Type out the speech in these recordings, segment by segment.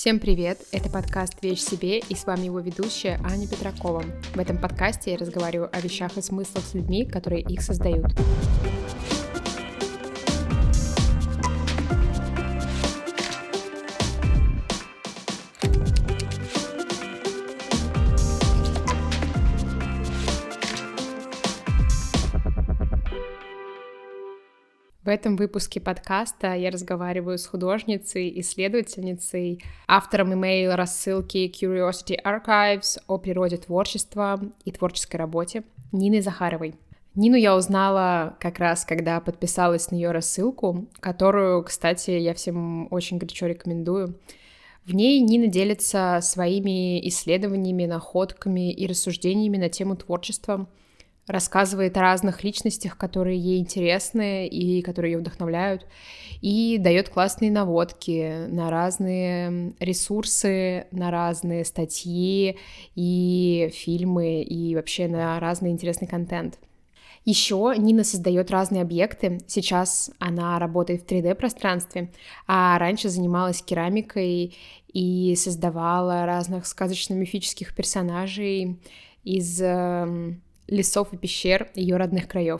Всем привет! Это подкаст «Вещь себе» и с вами его ведущая Аня Петракова. В этом подкасте я разговариваю о вещах и смыслах с людьми, которые их создают. В этом выпуске подкаста я разговариваю с художницей, исследовательницей, автором имейл-рассылки Curiosity Archives о природе творчества и творческой работе Ниной Захаровой. Нину я узнала как раз, когда подписалась на ее рассылку, которую, кстати, я всем очень горячо рекомендую. В ней Нина делится своими исследованиями, находками и рассуждениями на тему творчества, рассказывает о разных личностях, которые ей интересны и которые ее вдохновляют, и дает классные наводки на разные ресурсы, на разные статьи и фильмы, и вообще на разный интересный контент. Еще Нина создает разные объекты. Сейчас она работает в 3D-пространстве, а раньше занималась керамикой и создавала разных сказочно-мифических персонажей из лесов и пещер ее родных краев.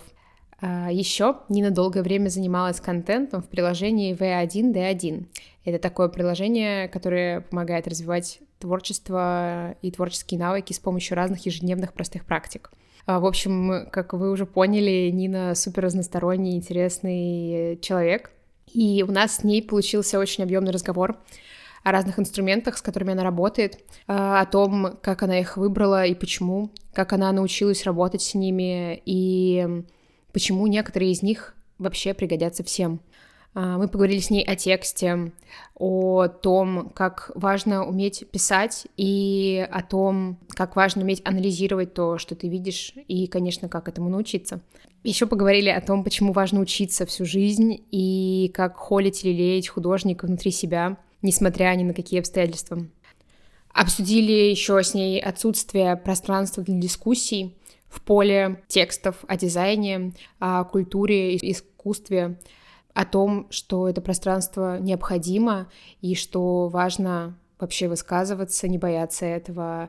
Еще Нина долгое время занималась контентом в приложении V1D1. Это такое приложение, которое помогает развивать творчество и творческие навыки с помощью разных ежедневных простых практик. В общем, как вы уже поняли, Нина супер разносторонний, интересный человек. И у нас с ней получился очень объемный разговор о разных инструментах, с которыми она работает, о том, как она их выбрала и почему, как она научилась работать с ними и почему некоторые из них вообще пригодятся всем. Мы поговорили с ней о тексте, о том, как важно уметь писать, и о том, как важно уметь анализировать то, что ты видишь, и, конечно, как этому научиться. Еще поговорили о том, почему важно учиться всю жизнь, и как холить или лелеять художника внутри себя, несмотря ни на какие обстоятельства. Обсудили еще с ней отсутствие пространства для дискуссий в поле текстов о дизайне, о культуре и искусстве, о том, что это пространство необходимо и что важно вообще высказываться, не бояться этого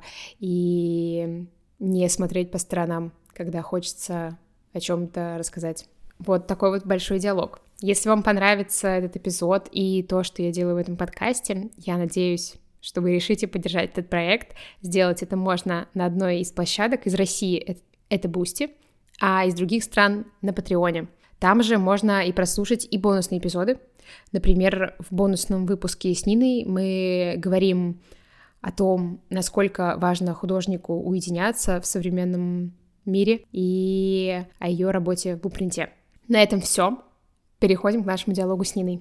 и не смотреть по сторонам, когда хочется о чем-то рассказать. Вот такой вот большой диалог. Если вам понравится этот эпизод и то, что я делаю в этом подкасте, я надеюсь, что вы решите поддержать этот проект. Сделать это можно на одной из площадок. Из России это Boosty, а из других стран на Патреоне. Там же можно и прослушать и бонусные эпизоды. Например, в бонусном выпуске с Ниной мы говорим о том, насколько важно художнику уединяться в современном мире и о ее работе в бупринте. На этом все. Переходим к нашему диалогу с Ниной.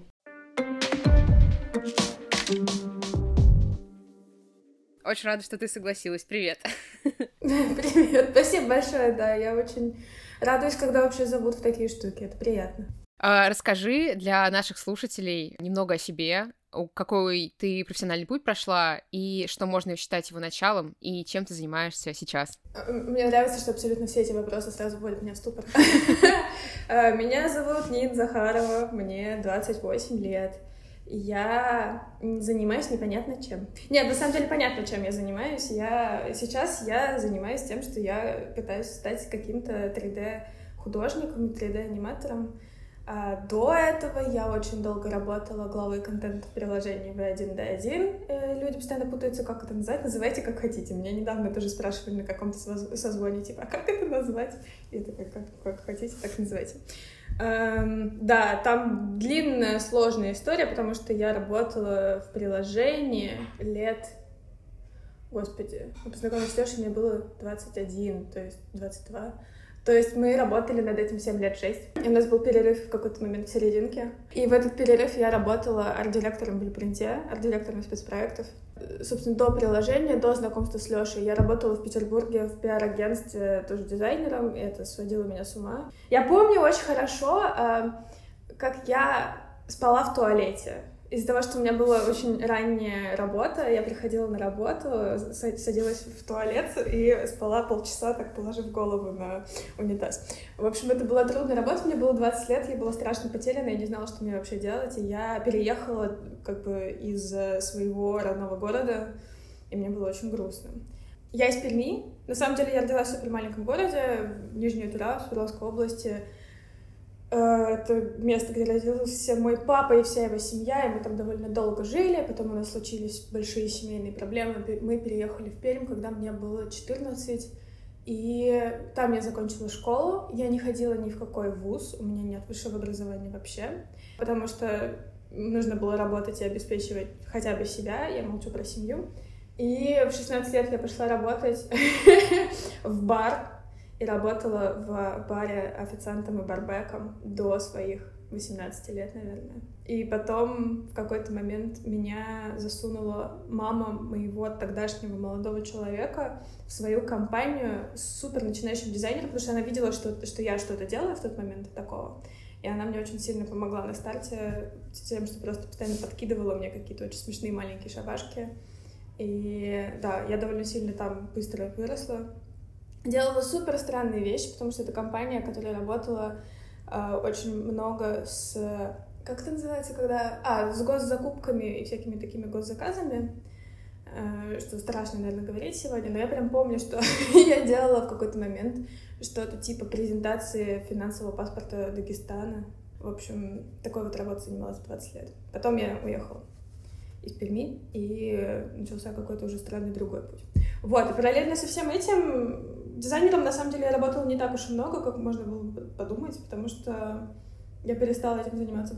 Очень рада, что ты согласилась. Привет. Привет. Спасибо большое, да. Я очень радуюсь, когда вообще зовут в такие штуки. Это приятно. Расскажи для наших слушателей немного о себе, какой ты профессиональный путь прошла, и что можно считать его началом, и чем ты занимаешься сейчас. Мне нравится, что абсолютно все эти вопросы сразу вводят меня в ступор. Меня зовут Нина Захарова, мне 28 лет. Я занимаюсь непонятно чем. Нет, на самом деле понятно, чем я занимаюсь. Сейчас я занимаюсь тем, что я пытаюсь стать каким-то 3D-художником, 3D-аниматором. До этого я очень долго работала главой контента в приложении V1D1. Люди постоянно путаются, как это назвать. Называйте, как хотите. Меня недавно тоже спрашивали на каком-то созвоне, типа, а как это назвать? И я такая, как хотите, так называйте. Да, там длинная, сложная история, потому что я работала в приложении лет... Господи, мы познакомились с Лешей, мне было 21, то есть 22. То есть мы работали над этим 7 лет 6. И у нас был перерыв в какой-то момент в серединке. И в этот перерыв я работала арт-директором в Блюпринте, арт-директором спецпроектов. Собственно, до приложения, до знакомства с Лешей я работала в Петербурге в пиар-агентстве, тоже дизайнером, и это сводило меня с ума. Я помню очень хорошо, как я спала в туалете. Из-за того, что у меня была очень ранняя работа, я приходила на работу, садилась в туалет и спала полчаса, так положив голову на унитаз. В общем, это была трудная работа, мне было 20 лет, я была страшно потеряна, я не знала, что мне вообще делать, и я переехала как бы из своего родного города, и мне было очень грустно. Я из Перми. На самом деле, я родилась в супер маленьком городе, в Нижней Тура, в Свердловской области. Это место, где родился мой папа и вся его семья, и мы там довольно долго жили, потом у нас случились большие семейные проблемы, мы переехали в Пермь, когда мне было 14, и там я закончила школу, я не ходила ни в какой вуз, у меня нет высшего образования вообще, потому что нужно было работать и обеспечивать хотя бы себя, я молчу про семью, и в 16 лет я пошла работать в бар, и работала в баре официантом и барбеком до своих 18 лет, наверное. И потом в какой-то момент меня засунула мама моего тогдашнего молодого человека в свою компанию с супер начинающим дизайнером, потому что она видела, что я что-то делаю в тот момент такого. И она мне очень сильно помогла на старте тем, что просто постоянно подкидывала мне какие-то очень смешные маленькие шабашки. И да, я довольно сильно там быстро выросла. Делала супер странные вещи, потому что это компания, которая работала очень много с... Как это называется, когда... с госзакупками и всякими такими госзаказами. Что страшно, наверное, говорить сегодня, но я прям помню, что я делала в какой-то момент что-то типа презентации финансового паспорта Дагестана. В общем, такой вот работой занималась 20 лет. Потом я уехала из Перми, и начался какой-то уже странный другой путь. Вот, и параллельно со всем этим дизайнером, на самом деле, я работала не так уж и много, как можно было бы подумать, потому что я перестала этим заниматься в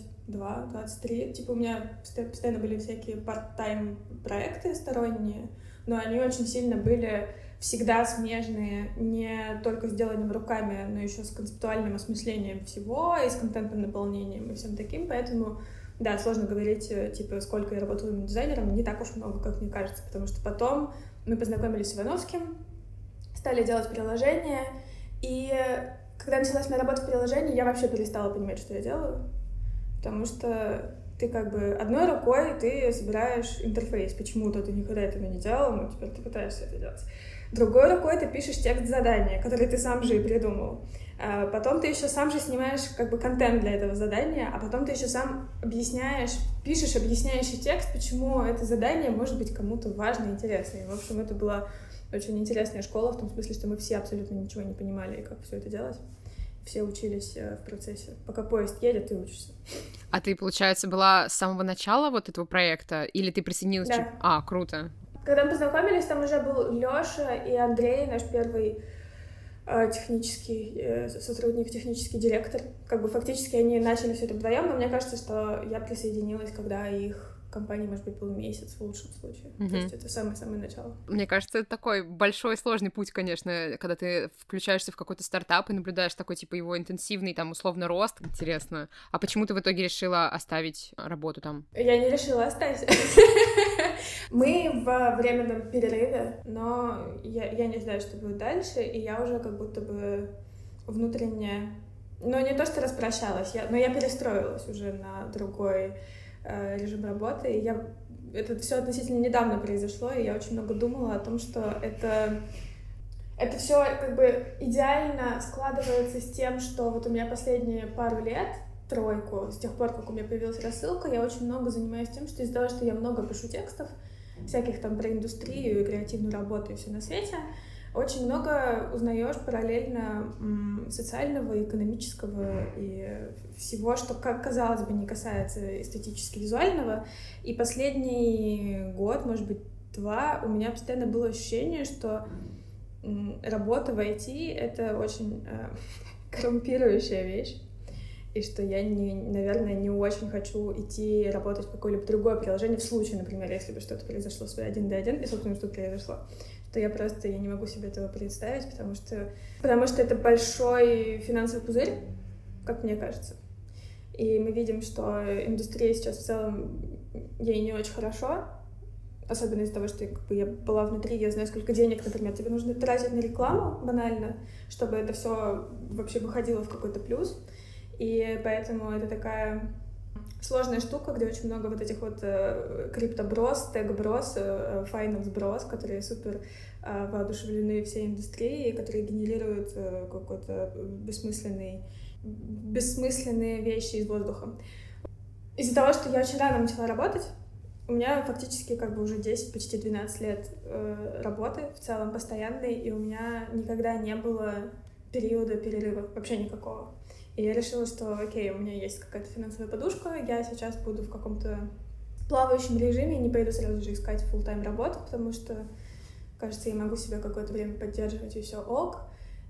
22-23. Типа у меня постоянно были всякие part-time проекты сторонние, но они очень сильно были всегда смежные не только с деланием руками, но еще с концептуальным осмыслением всего и с контентным наполнением и всем таким, поэтому... Да, сложно говорить, типа, сколько я работала дизайнером, не так уж много, как мне кажется, потому что потом мы познакомились с Ивановским, стали делать приложение, и когда началась моя работа в приложении, я вообще перестала понимать, что я делаю, потому что ты как бы одной рукой ты собираешь интерфейс, почему-то ты никогда этого не делал, но теперь ты пытаешься это делать. Другой рукой ты пишешь текст задания, который ты сам же и придумал. Потом ты еще сам же снимаешь как бы контент для этого задания, а потом ты еще сам пишешь объясняющий текст, почему это задание может быть кому-то важно и интересно. И, в общем, это была очень интересная школа, в том смысле, что мы все абсолютно ничего не понимали, как все это делать. Все учились в процессе. Пока поезд едет, ты учишься. А ты, получается, была с самого начала вот этого проекта? Или ты присоединилась? Да. Круто. Когда мы познакомились, там уже был Лёша и Андрей, наш первый технический сотрудник, технический директор. Как бы фактически они начали все это вдвоем, но мне кажется, что я присоединилась, когда их компании, может быть, был месяц в лучшем случае. То есть это самое-самое начало. Мне кажется, это такой большой сложный путь, конечно, когда ты включаешься в какой-то стартап и наблюдаешь такой, типа, его интенсивный, там, условно, рост. Интересно. А почему ты в итоге решила оставить работу там? Я не решила оставить. Мы во временном перерыве, но я не знаю, что будет дальше, и я уже как будто бы внутренне... Ну, не то, что распрощалась, но я перестроилась уже на другой режим работы, и это все относительно недавно произошло, и я очень много думала о том, что это все как бы идеально складывается с тем, что вот у меня последние пару лет, тройку, с тех пор, как у меня появилась рассылка, я очень много занимаюсь тем, что из-за того, что я много пишу текстов, всяких там про индустрию и креативную работу и все на свете, очень много узнаешь параллельно социального, экономического и всего, что, как казалось бы, не касается эстетически-визуального. И последний год, может быть, 2, у меня постоянно было ощущение, что работа в IT — это очень коррумпирующая вещь. И что я, наверное, не очень хочу идти работать в какое-либо другое приложение в случае, например, если бы что-то произошло в свой 1D1, и, собственно, что произошло, то я не могу себе этого представить, потому что это большой финансовый пузырь, как мне кажется. И мы видим, что индустрия сейчас в целом ей не очень хорошо, особенно из-за того, что я была внутри, я знаю, сколько денег, например, тебе нужно тратить на рекламу банально, чтобы это все вообще выходило в какой-то плюс. И поэтому это такая сложная штука, где очень много вот этих вот криптоброс, тег-брос, файнанс-брос, которые супер воодушевлены всей индустрией, которые генерируют какой-то бессмысленные вещи из воздуха. Из-за того, что я очень рано начала работать, у меня фактически как бы уже 10, почти 12 лет работы в целом постоянной, и у меня никогда не было периода перерыва, вообще никакого. И я решила, что окей, у меня есть какая-то финансовая подушка, я сейчас буду в каком-то плавающем режиме, не пойду сразу же искать фулл-тайм работу, потому что, кажется, я могу себя какое-то время поддерживать, и все ок.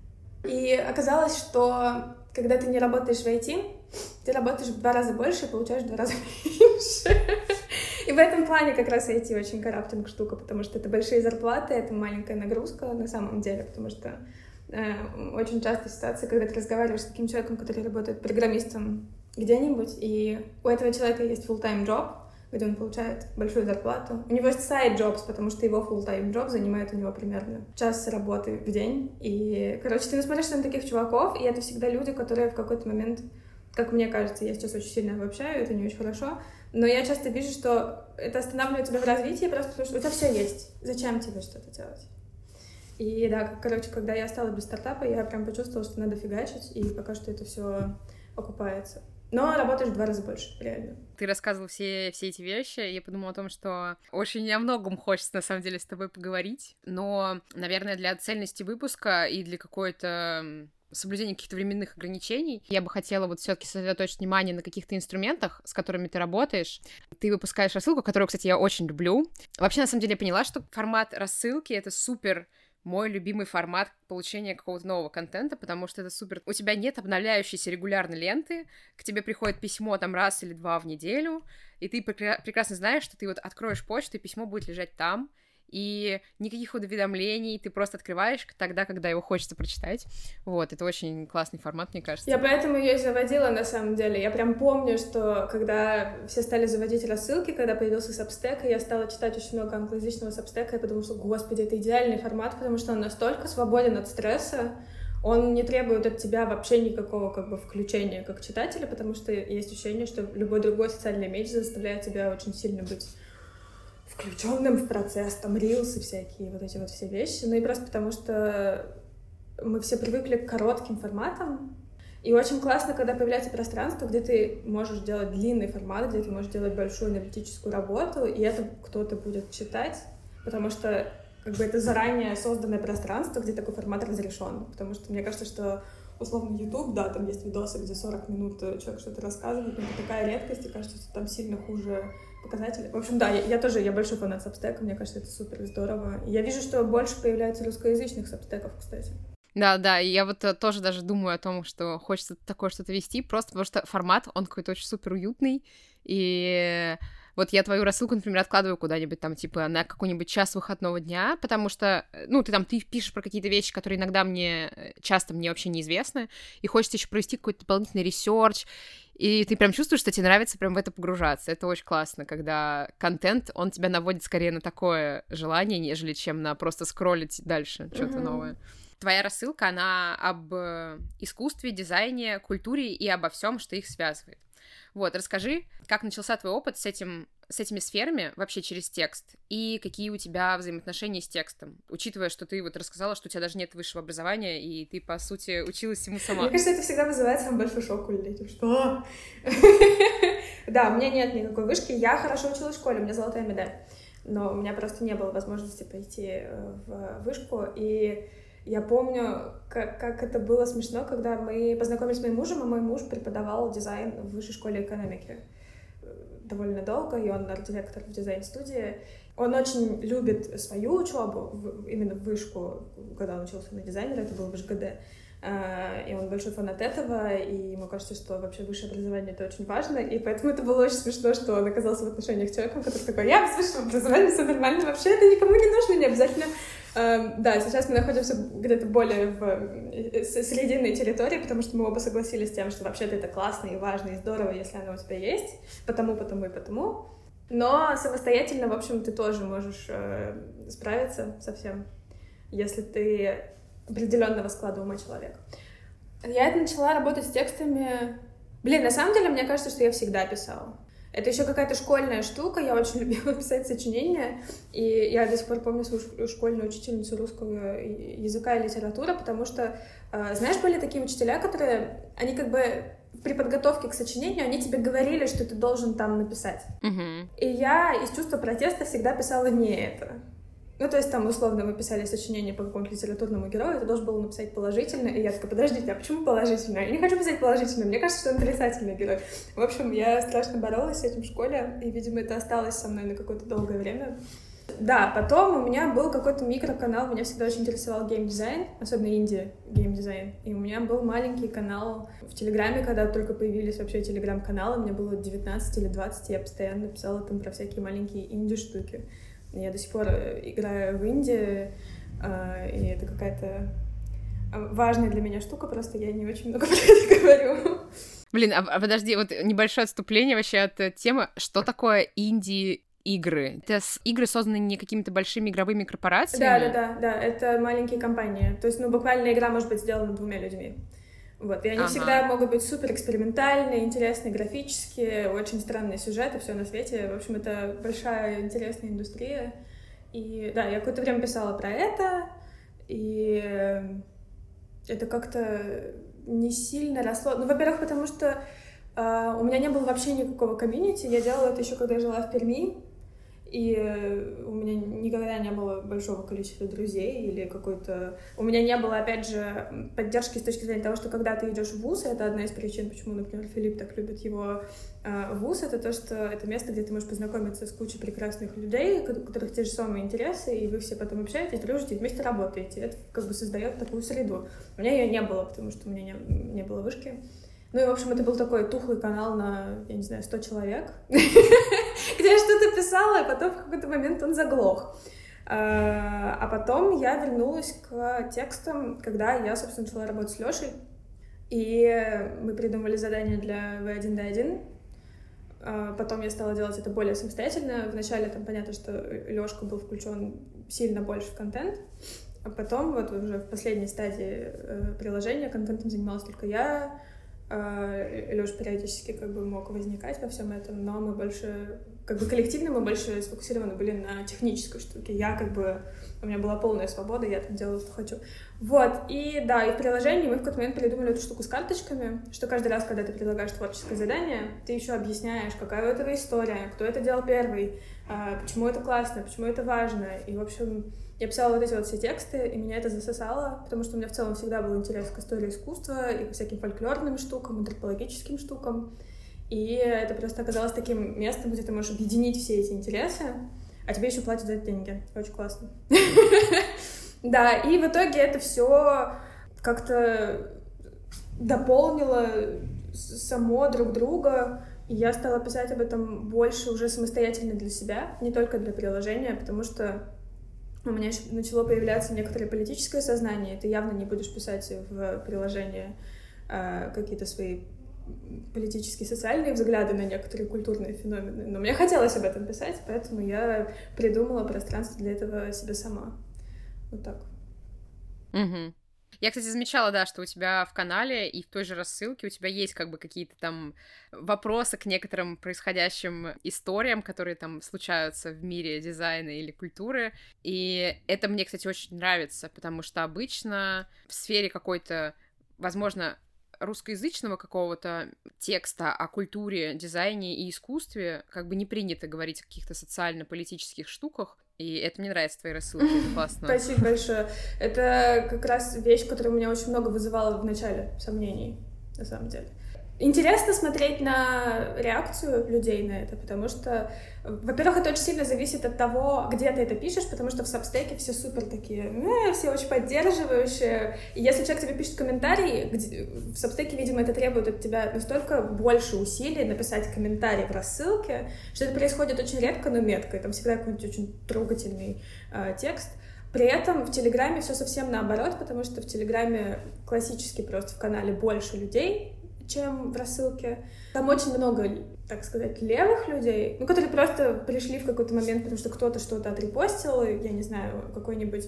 И оказалось, что когда ты не работаешь в IT, ты работаешь в 2 раза больше и получаешь в 2 раза меньше. И в этом плане как раз IT очень караптинг штука, потому что это большие зарплаты, это маленькая нагрузка на самом деле, потому что очень часто ситуация, когда ты разговариваешь с таким человеком, который работает программистом где-нибудь, и у этого человека есть full-time job, где он получает большую зарплату. У него есть side jobs, потому что его full-time job занимает у него примерно час работы в день. И, короче, ты насмотришься на таких чуваков, и это всегда люди, которые в какой-то момент, как мне кажется, я сейчас очень сильно обобщаю, это не очень хорошо, но я часто вижу, что это останавливает тебя в развитии, просто потому что у тебя все есть. Зачем тебе что-то делать? И да, короче, когда я стала без стартапа, я прям почувствовала, что надо фигачить, и пока что это все окупается. Но работаешь в 2 раза больше, реально. Ты рассказывала все эти вещи, и я подумала о том, что очень о многом хочется, на самом деле, с тобой поговорить, но, наверное, для цельности выпуска и для какой-то соблюдения каких-то временных ограничений, я бы хотела вот все-таки сосредоточить внимание на каких-то инструментах, с которыми ты работаешь. Ты выпускаешь рассылку, которую, кстати, я очень люблю. Вообще, на самом деле, я поняла, что формат рассылки — это супер мой любимый формат получения какого-то нового контента, потому что это супер. У тебя нет обновляющейся регулярной ленты, к тебе приходит письмо там раз или 2 в неделю, и ты прекрасно знаешь, что ты вот откроешь почту, и письмо будет лежать там, и никаких уведомлений, ты просто открываешь тогда, когда его хочется прочитать. Вот, это очень классный формат, мне кажется. Я поэтому ее и заводила, на самом деле. Я прям помню, что когда все стали заводить рассылки, когда появился Substack, и я стала читать очень много англоязычного Substack, я подумала, что, господи, это идеальный формат, потому что он настолько свободен от стресса, он не требует от тебя вообще никакого как бы включения как читателя, потому что есть ощущение, что любой другой социальный медиа заставляет тебя очень сильно быть включенным в процесс, там, рилсы всякие, вот эти вот все вещи. Ну и просто потому что мы все привыкли к коротким форматам. И очень классно, когда появляется пространство, где ты можешь делать длинный формат, где ты можешь делать большую аналитическую работу, и это кто-то будет читать, потому что как бы это заранее созданное пространство, где такой формат разрешен. Потому что мне кажется, что условно YouTube, да, там есть видосы, где 40 минут человек что-то рассказывает, но это такая редкость, и кажется, что там сильно хуже показатели. В общем, да, я большой фанат Substack, мне кажется, это супер здорово. Я вижу, что больше появляется русскоязычных Substack'ов, кстати. Да, и я вот тоже даже думаю о том, что хочется такое что-то вести, просто потому что формат, он какой-то очень супер уютный, и вот я твою рассылку, например, откладываю куда-нибудь там, типа, на какой-нибудь час выходного дня, потому что, ну, ты пишешь про какие-то вещи, которые иногда часто мне вообще неизвестны, и хочется еще провести какой-то дополнительный ресерч, и ты прям чувствуешь, что тебе нравится прям в это погружаться. Это очень классно, когда контент, он тебя наводит скорее на такое желание, нежели чем на просто скроллить дальше что-то новое. Твоя рассылка, она об искусстве, дизайне, культуре и обо всем, что их связывает. Вот, расскажи, как начался твой опыт с этими сферами вообще через текст, и какие у тебя взаимоотношения с текстом, учитывая, что ты вот рассказала, что у тебя даже нет высшего образования, и ты, по сути, училась всему сама. Мне кажется, это всегда вызывает самый большой шок у людей. Что? Да, у меня нет никакой вышки, я хорошо училась в школе, у меня золотая медаль, но у меня просто не было возможности пойти в вышку, и я помню, как это было смешно, когда мы познакомились с моим мужем, а мой муж преподавал дизайн в высшей школе экономики довольно долго, и он арт-директор в дизайн-студии. Он очень любит свою учебу, именно в вышку, когда он учился на дизайнера, это было в ЖГД. И он большой фанат этого, и ему кажется, что вообще высшее образование — это очень важно, и поэтому это было очень смешно, что он оказался в отношениях с человеком, который такой: я без высшего образования, все нормально, вообще это никому не нужно, не обязательно. Да, сейчас мы находимся где-то более в срединной территории, потому что мы оба согласились с тем, что вообще-то это классно и важно и здорово, если оно у тебя есть, потому. Но самостоятельно, в общем, ты тоже можешь справиться со всем, если ты определенного склада ума человек. Я начала работать с текстами. На самом деле, мне кажется, что я всегда писала. Это еще какая-то школьная штука, я очень любила писать сочинения, и я до сих пор помню свою школьную учительницу русского языка и литературы, потому что, знаешь, были такие учителя, которые, они как бы при подготовке к сочинению, они тебе говорили, что ты должен там написать. И я из чувства протеста всегда писала не это. Ну, то есть там, условно, мы писали сочинение по какому-то литературному герою, ты должен был написать положительно, и я такая, подождите, а почему положительно? Я не хочу писать положительно, мне кажется, что он отрицательный герой. В общем, я страшно боролась с этим в школе, и, видимо, это осталось со мной на какое-то долгое время. Да, потом у меня был какой-то микроканал, меня всегда очень интересовал геймдизайн, особенно инди-геймдизайн, и у меня был маленький канал в Телеграме, когда только появились вообще Телеграм-каналы, мне было 19 или 20, я постоянно писала там про всякие маленькие инди-штуки. Я до сих пор играю в инди, и это какая-то важная для меня штука, просто я не очень много про это говорю. Блин, а подожди, вот небольшое отступление вообще от темы. Что такое инди-игры? Это игры, созданные не какими-то большими игровыми корпорациями? Да, это маленькие компании. То есть, буквально игра может быть сделана 2 людьми. Вот, и они всегда могут быть супер экспериментальные, интересные графические, очень странные сюжеты, все на свете. В общем, это большая интересная индустрия. И да, я какое-то время писала про это, и это как-то не сильно росло. Ну, во-первых, потому что у меня не было вообще никакого комьюнити. Я делала это еще когда я жила в Перми. И у меня никогда не было большого количества друзей или какой-то... У меня не было, опять же, поддержки с точки зрения того, что когда ты идешь в вуз, это одна из причин, почему, например, Филипп так любит его вуз, это то, что это место, где ты можешь познакомиться с кучей прекрасных людей, у которых те же самые интересы, и вы все потом общаетесь, дружите, вместе работаете. Это как бы создает такую среду. У меня ее не было, потому что у меня не было вышки. Ну и, в общем, это был такой тухлый канал на, я не знаю, 100 человек, где я что-то писала, и потом в какой-то момент он заглох. А потом я вернулась к текстам, когда я, собственно, начала работать с Лёшей, и мы придумали задание для V1D1. Потом я стала делать это более самостоятельно. Вначале там понятно, что Лёшка был включен сильно больше в контент, а потом вот уже в последней стадии приложения контентом занималась только я. Лёша периодически как бы мог возникать во всем этом, но мы больше, как бы коллективно мы больше сфокусированы были на технической штуке. Я как бы, у меня была полная свобода, я там делала, что хочу. Вот, и да, и в приложении мы в какой-то момент придумали эту штуку с карточками, что каждый раз, когда ты предлагаешь творческое задание, ты еще объясняешь, какая у этого история, кто это делал первый, почему это классно, почему это важно. И, в общем, я писала вот эти вот все тексты, и меня это засосало, потому что у меня в целом всегда был интерес к истории искусства и к всяким фольклорным штукам, антропологическим штукам. И это просто оказалось таким местом, где ты можешь объединить все эти интересы, а тебе еще платят за это деньги. Очень классно. Да, и в итоге это все как-то дополнило само друг друга, и я стала писать об этом больше уже самостоятельно для себя, не только для приложения, потому что у меня еще начало появляться некоторое политическое сознание. Ты явно не будешь писать в приложении какие-то свои политические, социальные взгляды на некоторые культурные феномены. Но мне хотелось об этом писать, поэтому я придумала пространство для этого себе сама. Вот так. Угу. Я, кстати, замечала, да, что у тебя в канале и в той же рассылке у тебя есть как бы какие-то там вопросы к некоторым происходящим историям, которые там случаются в мире дизайна или культуры, и это мне, кстати, очень нравится, потому что обычно в сфере какой-то, возможно, русскоязычного какого-то текста о культуре, дизайне и искусстве как бы не принято говорить о каких-то социально-политических штуках, и это мне нравится, твои рассылки, это классно. Спасибо большое. Это как раз вещь, которая у меня очень много вызывала в начале сомнений, на самом деле. Интересно смотреть на реакцию людей на это, потому что, во-первых, это очень сильно зависит от того, где ты это пишешь, потому что в Сабстеке все супер такие, все очень поддерживающие. И если человек тебе пишет комментарий, в Сабстеке, видимо, это требует от тебя настолько больше усилий написать комментарий в рассылке, что это происходит очень редко, но метко, и там всегда какой-нибудь очень трогательный текст. При этом в Телеграме все совсем наоборот, потому что в Телеграме классически просто в канале больше людей, чем в рассылке. Там очень много, так сказать, левых людей, которые просто пришли в какой-то момент, потому что кто-то что-то отрепостил, я не знаю, какой-нибудь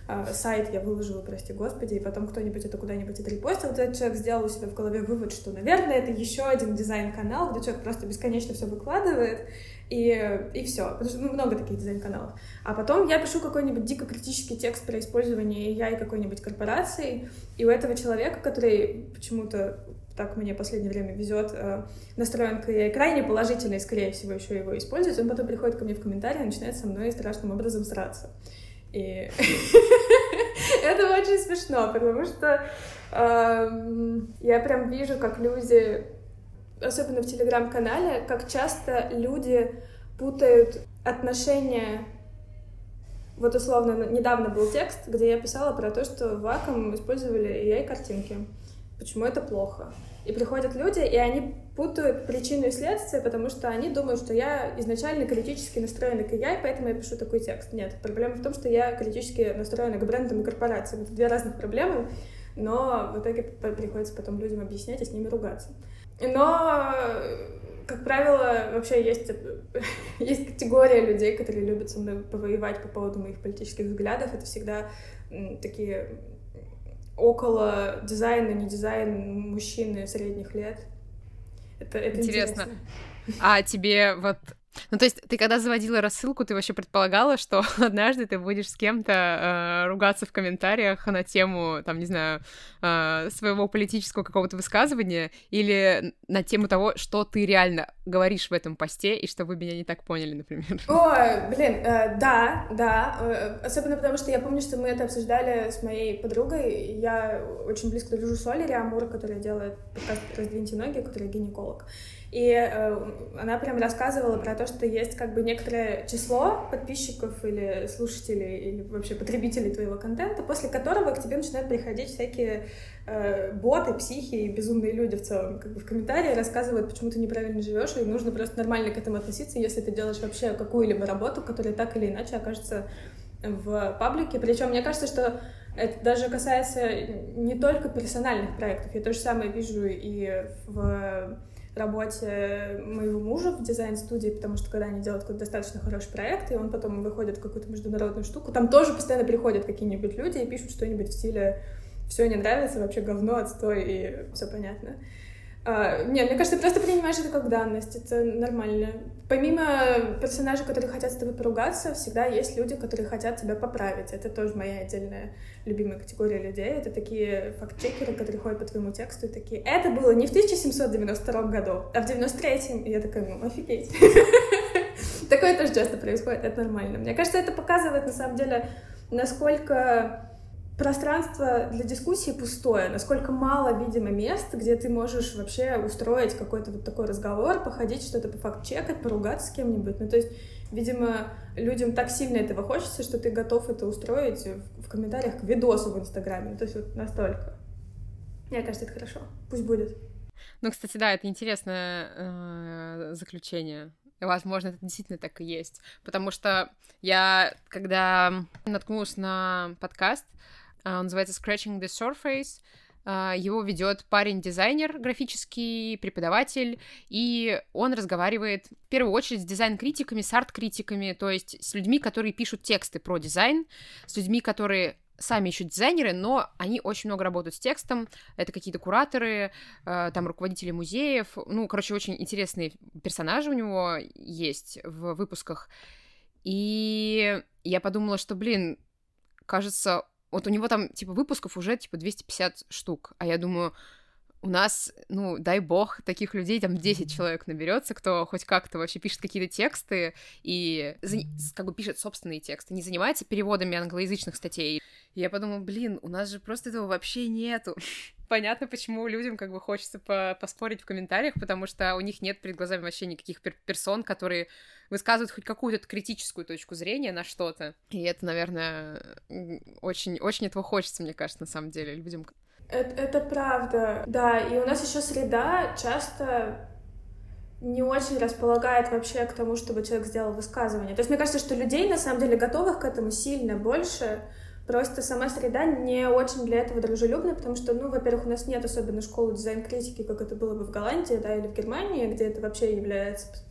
сайт я выложила, прости господи, и потом кто-нибудь это куда-нибудь отрепостил, этот человек сделал у себя в голове вывод, что, наверное, это еще один дизайн-канал, где человек просто бесконечно все выкладывает, и все, потому что много таких дизайн-каналов. А потом я пишу какой-нибудь дико критический текст про использование AI какой-нибудь корпорации, и у этого человека, который почему-то так мне в последнее время везет, настроен к AI крайне положительно и, скорее всего, еще его использует, он потом приходит ко мне в комментарии и начинает со мной страшным образом сраться. И это очень смешно, потому что я прям вижу, как люди, особенно в Телеграм-канале, как часто люди путают отношения. Вот условно, недавно был текст, где я писала про то, что в Wacom использовали AI-картинки. Почему это плохо? И приходят люди, и они путают причину и следствие, потому что они думают, что я изначально критически настроена к AI, поэтому я пишу такой текст. Нет, проблема в том, что я критически настроена к брендам и корпорациям. Это две разных проблемы, но в итоге приходится потом людям объяснять и с ними ругаться. Но, как правило, вообще есть категория людей, которые любят со мной повоевать по поводу моих политических взглядов. Это всегда такие около дизайна, не дизайн мужчины средних лет. Это интересно. А тебе вот... Ну, то есть ты когда заводила рассылку, ты вообще предполагала, что однажды ты будешь с кем-то ругаться в комментариях на тему, там, не знаю, своего политического какого-то высказывания или на тему того, что ты реально говоришь в этом посте, и что вы меня не так поняли, например? Ой, блин, да. Особенно потому, что я помню, что мы это обсуждали с моей подругой. Я очень близко дружу с Олей Амур, которая делает подкаст «Раздвиньте ноги», которая гинеколог. И она прям рассказывала про то, что есть как бы некоторое число подписчиков или слушателей, или вообще потребителей твоего контента, после которого к тебе начинают приходить всякие боты, психи и безумные люди в целом. Как бы в комментарии рассказывают, почему ты неправильно живешь, и нужно просто нормально к этому относиться, если ты делаешь вообще какую-либо работу, которая так или иначе окажется в паблике. Причем мне кажется, что это даже касается не только персональных проектов. Я то же самое вижу и в работе моего мужа в дизайн-студии, потому что когда они делают какой-то достаточно хороший проект, и он потом выходит в какую-то международную штуку, там тоже постоянно приходят какие-нибудь люди и пишут что-нибудь в стиле «все не нравится, вообще говно, отстой», и все понятно. Нет, мне кажется, ты просто принимаешь это как данность, это нормально. Помимо персонажей, которые хотят с тобой поругаться, всегда есть люди, которые хотят тебя поправить. Это тоже моя отдельная любимая категория людей. Это такие факт-чекеры, которые ходят по твоему тексту и такие: это было не в 1792 году, а в 93-м. И я такая: офигеть. Такое тоже часто происходит, это нормально. Мне кажется, это показывает, на самом деле, насколько пространство для дискуссии пустое, насколько мало, видимо, мест, где ты можешь вообще устроить какой-то вот такой разговор, походить, что-то по факт-чекать, поругаться с кем-нибудь. Ну, то есть, видимо, людям так сильно этого хочется, что ты готов это устроить в комментариях к видосу в Инстаграме. То есть вот настолько. Мне кажется, это хорошо. Пусть будет. Ну, кстати, да, это интересное заключение. Возможно, это действительно так и есть. Потому что я, когда наткнулась на подкаст, он называется Scratching the Surface, его ведет парень-дизайнер, графический преподаватель, и он разговаривает в первую очередь с дизайн-критиками, с арт-критиками, то есть с людьми, которые пишут тексты про дизайн, с людьми, которые сами еще дизайнеры, но они очень много работают с текстом, это какие-то кураторы, там руководители музеев, ну, короче, очень интересные персонажи у него есть в выпусках, и я подумала, что, блин, кажется, вот у него там, типа, выпусков уже, типа, 250 штук, а я думаю, у нас, ну, дай бог, таких людей там 10 человек наберется, кто хоть как-то вообще пишет какие-то тексты и как бы пишет собственные тексты, не занимается переводами англоязычных статей. И я подумала, блин, у нас же просто этого вообще нету. Понятно, почему людям как бы хочется поспорить в комментариях, потому что у них нет перед глазами вообще никаких персон, которые высказывают хоть какую-то критическую точку зрения на что-то. И это, наверное, очень, очень этого хочется, мне кажется, на самом деле, людям. Это правда, да, и у нас еще среда часто не очень располагает вообще к тому, чтобы человек сделал высказывание. То есть мне кажется, что людей, на самом деле, готовых к этому сильно больше, просто сама среда не очень для этого дружелюбна, потому что, ну, во-первых, у нас нет особенно школы дизайн-критики, как это было бы в Голландии, да, или в Германии, где это вообще является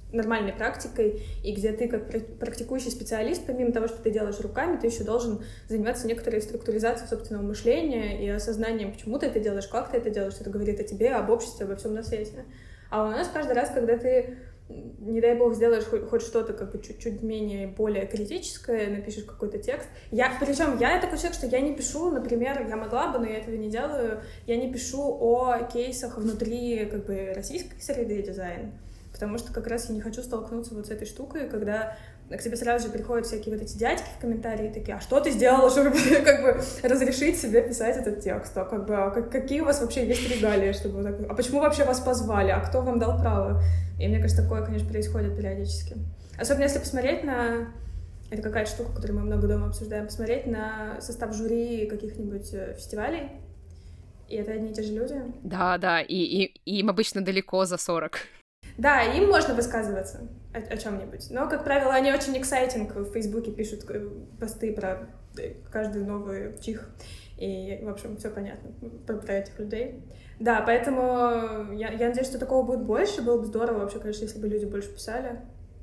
нормальной практикой, и где ты как практикующий специалист, помимо того, что ты делаешь руками, ты еще должен заниматься некоторой структуризацией собственного мышления и осознанием, почему ты это делаешь, как ты это делаешь, что это говорит о тебе, об обществе, обо всем на свете. А у нас каждый раз, когда ты, не дай бог, сделаешь хоть что-то как бы чуть-чуть менее, более критическое, напишешь какой-то текст. Причем я такой человек, что я не пишу, например, я могла бы, но я этого не делаю, я не пишу о кейсах внутри как бы российской среды дизайна, потому что как раз я не хочу столкнуться вот с этой штукой, когда к тебе сразу же приходят всякие вот эти дядьки в комментарии, такие: а что ты сделала, чтобы как бы разрешить себе писать этот текст? Какие у вас вообще есть регалии, чтобы так... А почему вообще вас позвали? А кто вам дал право? И мне кажется, такое, конечно, происходит периодически. Особенно если посмотреть на... Это какая-то штука, которую мы много дома обсуждаем. Посмотреть на состав жюри каких-нибудь фестивалей. И это одни и те же люди. Да, и им обычно далеко за 40. Да, им можно высказываться о чем-нибудь, но, как правило, они очень exciting в Фейсбуке пишут посты про каждый новый чих, и, в общем, все понятно про этих людей. Да, поэтому я надеюсь, что такого будет больше, было бы здорово вообще, конечно, если бы люди больше писали.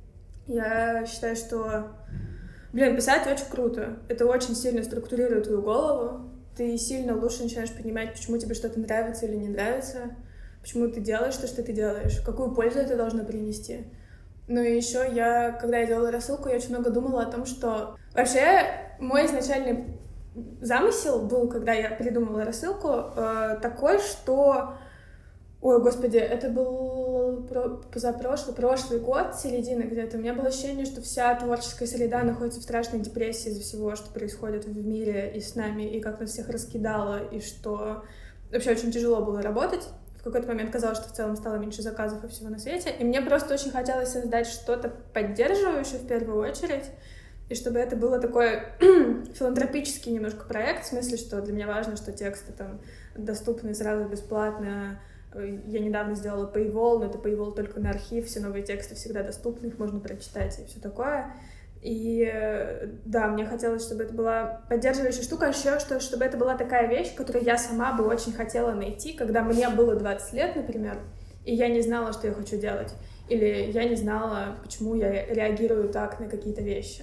Я считаю, что, писать очень круто, это очень сильно структурирует твою голову, ты сильно лучше начинаешь понимать, почему тебе что-то нравится или не нравится, почему ты делаешь то, что ты делаешь, какую пользу это должно принести. Ну и еще когда я делала рассылку, я очень много думала о том, что вообще мой изначальный замысел был, когда я придумала рассылку, такой, что... Ой, господи, это был прошлый год, середина где-то. У меня было ощущение, что вся творческая среда находится в страшной депрессии из-за всего, что происходит в мире и с нами, и как нас всех раскидало, и что вообще очень тяжело было работать. В какой-то момент казалось, что в целом стало меньше заказов и всего на свете. И мне просто очень хотелось создать что-то поддерживающее в первую очередь, и чтобы это было такой филантропический немножко проект, в смысле, что для меня важно, что тексты там доступны сразу бесплатно. Я недавно сделала Paywall, но это Paywall только на архив, все новые тексты всегда доступны, их можно прочитать и все такое. И да, мне хотелось, чтобы это была поддерживающая штука, а еще чтобы это была такая вещь, которую я сама бы очень хотела найти, когда мне было 20 лет, например, и я не знала, что я хочу делать, или я не знала, почему я реагирую так на какие-то вещи.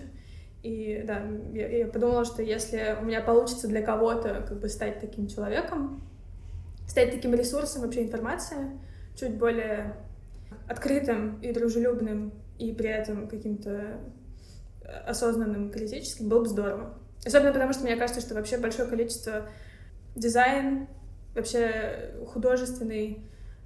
И да, я подумала, что если у меня получится для кого-то как бы стать таким человеком, стать таким ресурсом вообще информации, чуть более открытым и дружелюбным, и при этом каким-то осознанным, критическим, было бы здорово. Особенно потому, что мне кажется, что вообще большое количество дизайн, вообще художественной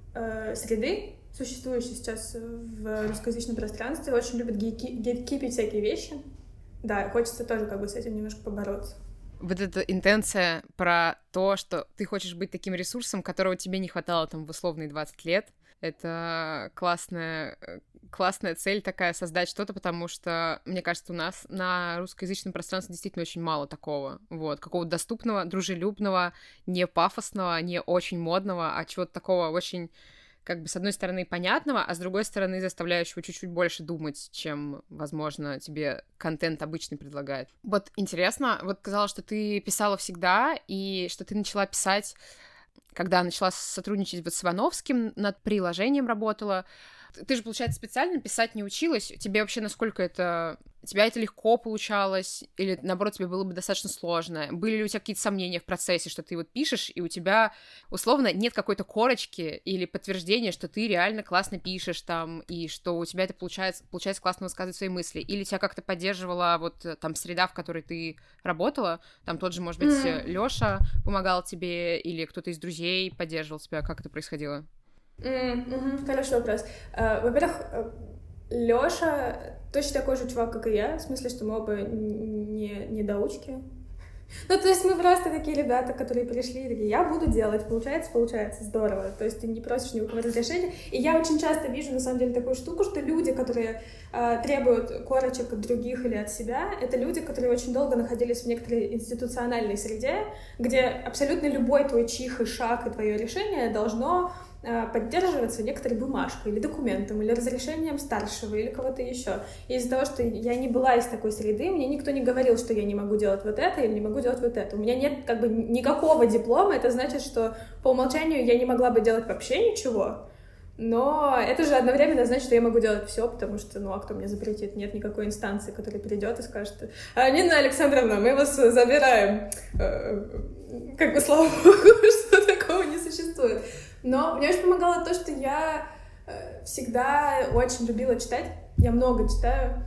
среды, существующей сейчас в русскоязычном пространстве, очень любят гейткипить всякие вещи. Да, хочется тоже как бы с этим немножко побороться. Вот эта интенция про то, что ты хочешь быть таким ресурсом, которого тебе не хватало там в условные 20 лет, это классная цель такая, создать что-то, потому что, мне кажется, у нас на русскоязычном пространстве действительно очень мало такого, вот, какого-то доступного, дружелюбного, не пафосного, не очень модного, а чего-то такого очень, как бы, с одной стороны, понятного, а с другой стороны, заставляющего чуть-чуть больше думать, чем, возможно, тебе контент обычный предлагает. Вот интересно, вот сказала, что ты писала всегда, и что ты начала писать, когда начала сотрудничать вот с Ивановским, над приложением работала. Ты же, получается, специально писать не училась? Тебе вообще насколько это... Тебя это легко получалось? Или, наоборот, тебе было бы достаточно сложно? Были ли у тебя какие-то сомнения в процессе, что ты вот пишешь, и у тебя, условно, нет какой-то корочки или подтверждения, что ты реально классно пишешь там, и что у тебя это получается классно высказывать свои мысли? Или тебя как-то поддерживала вот там среда, в которой ты работала? Там тот же, может быть, Лёша помогал тебе, или кто-то из друзей поддерживал тебя? Как это происходило? Хороший вопрос. Во-первых, Лёша точно такой же чувак, как и я, в смысле, что мы оба не недоучки. Ну, то есть мы просто такие ребята, которые пришли и такие: я буду делать, получается, здорово. То есть ты не просишь ни у кого разрешения. И я очень часто вижу, на самом деле, такую штуку, что люди, которые требуют корочек от других или от себя, это люди, которые очень долго находились в некоторой институциональной среде, где абсолютно любой твой чих и шаг и твое решение должно поддерживаться некоторой бумажкой или документом, или разрешением старшего, или кого-то еще. И из-за того, что я не была из такой среды, мне никто не говорил, что я не могу делать вот это или не могу делать вот это. У меня нет как бы никакого диплома, это значит, что по умолчанию я не могла бы делать вообще ничего. Но это же одновременно значит, что я могу делать все, потому что, а кто мне запретит? Нет никакой инстанции, которая придет и скажет: Нина Александровна, мы вас забираем. Как бы, слава богу, что такого не существует. Но мне очень помогало то, что я всегда очень любила читать. Я много читаю.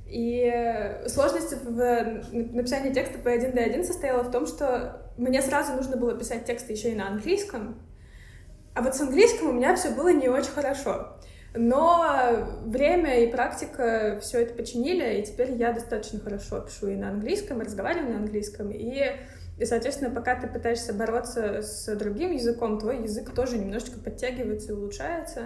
И сложность в написании текста по 1D1 состояла в том, что мне сразу нужно было писать тексты еще и на английском. А вот с английским у меня все было не очень хорошо. Но время и практика все это починили, и теперь я достаточно хорошо пишу и на английском, и разговариваю на английском. И, соответственно, пока ты пытаешься бороться с другим языком, твой язык тоже немножечко подтягивается и улучшается.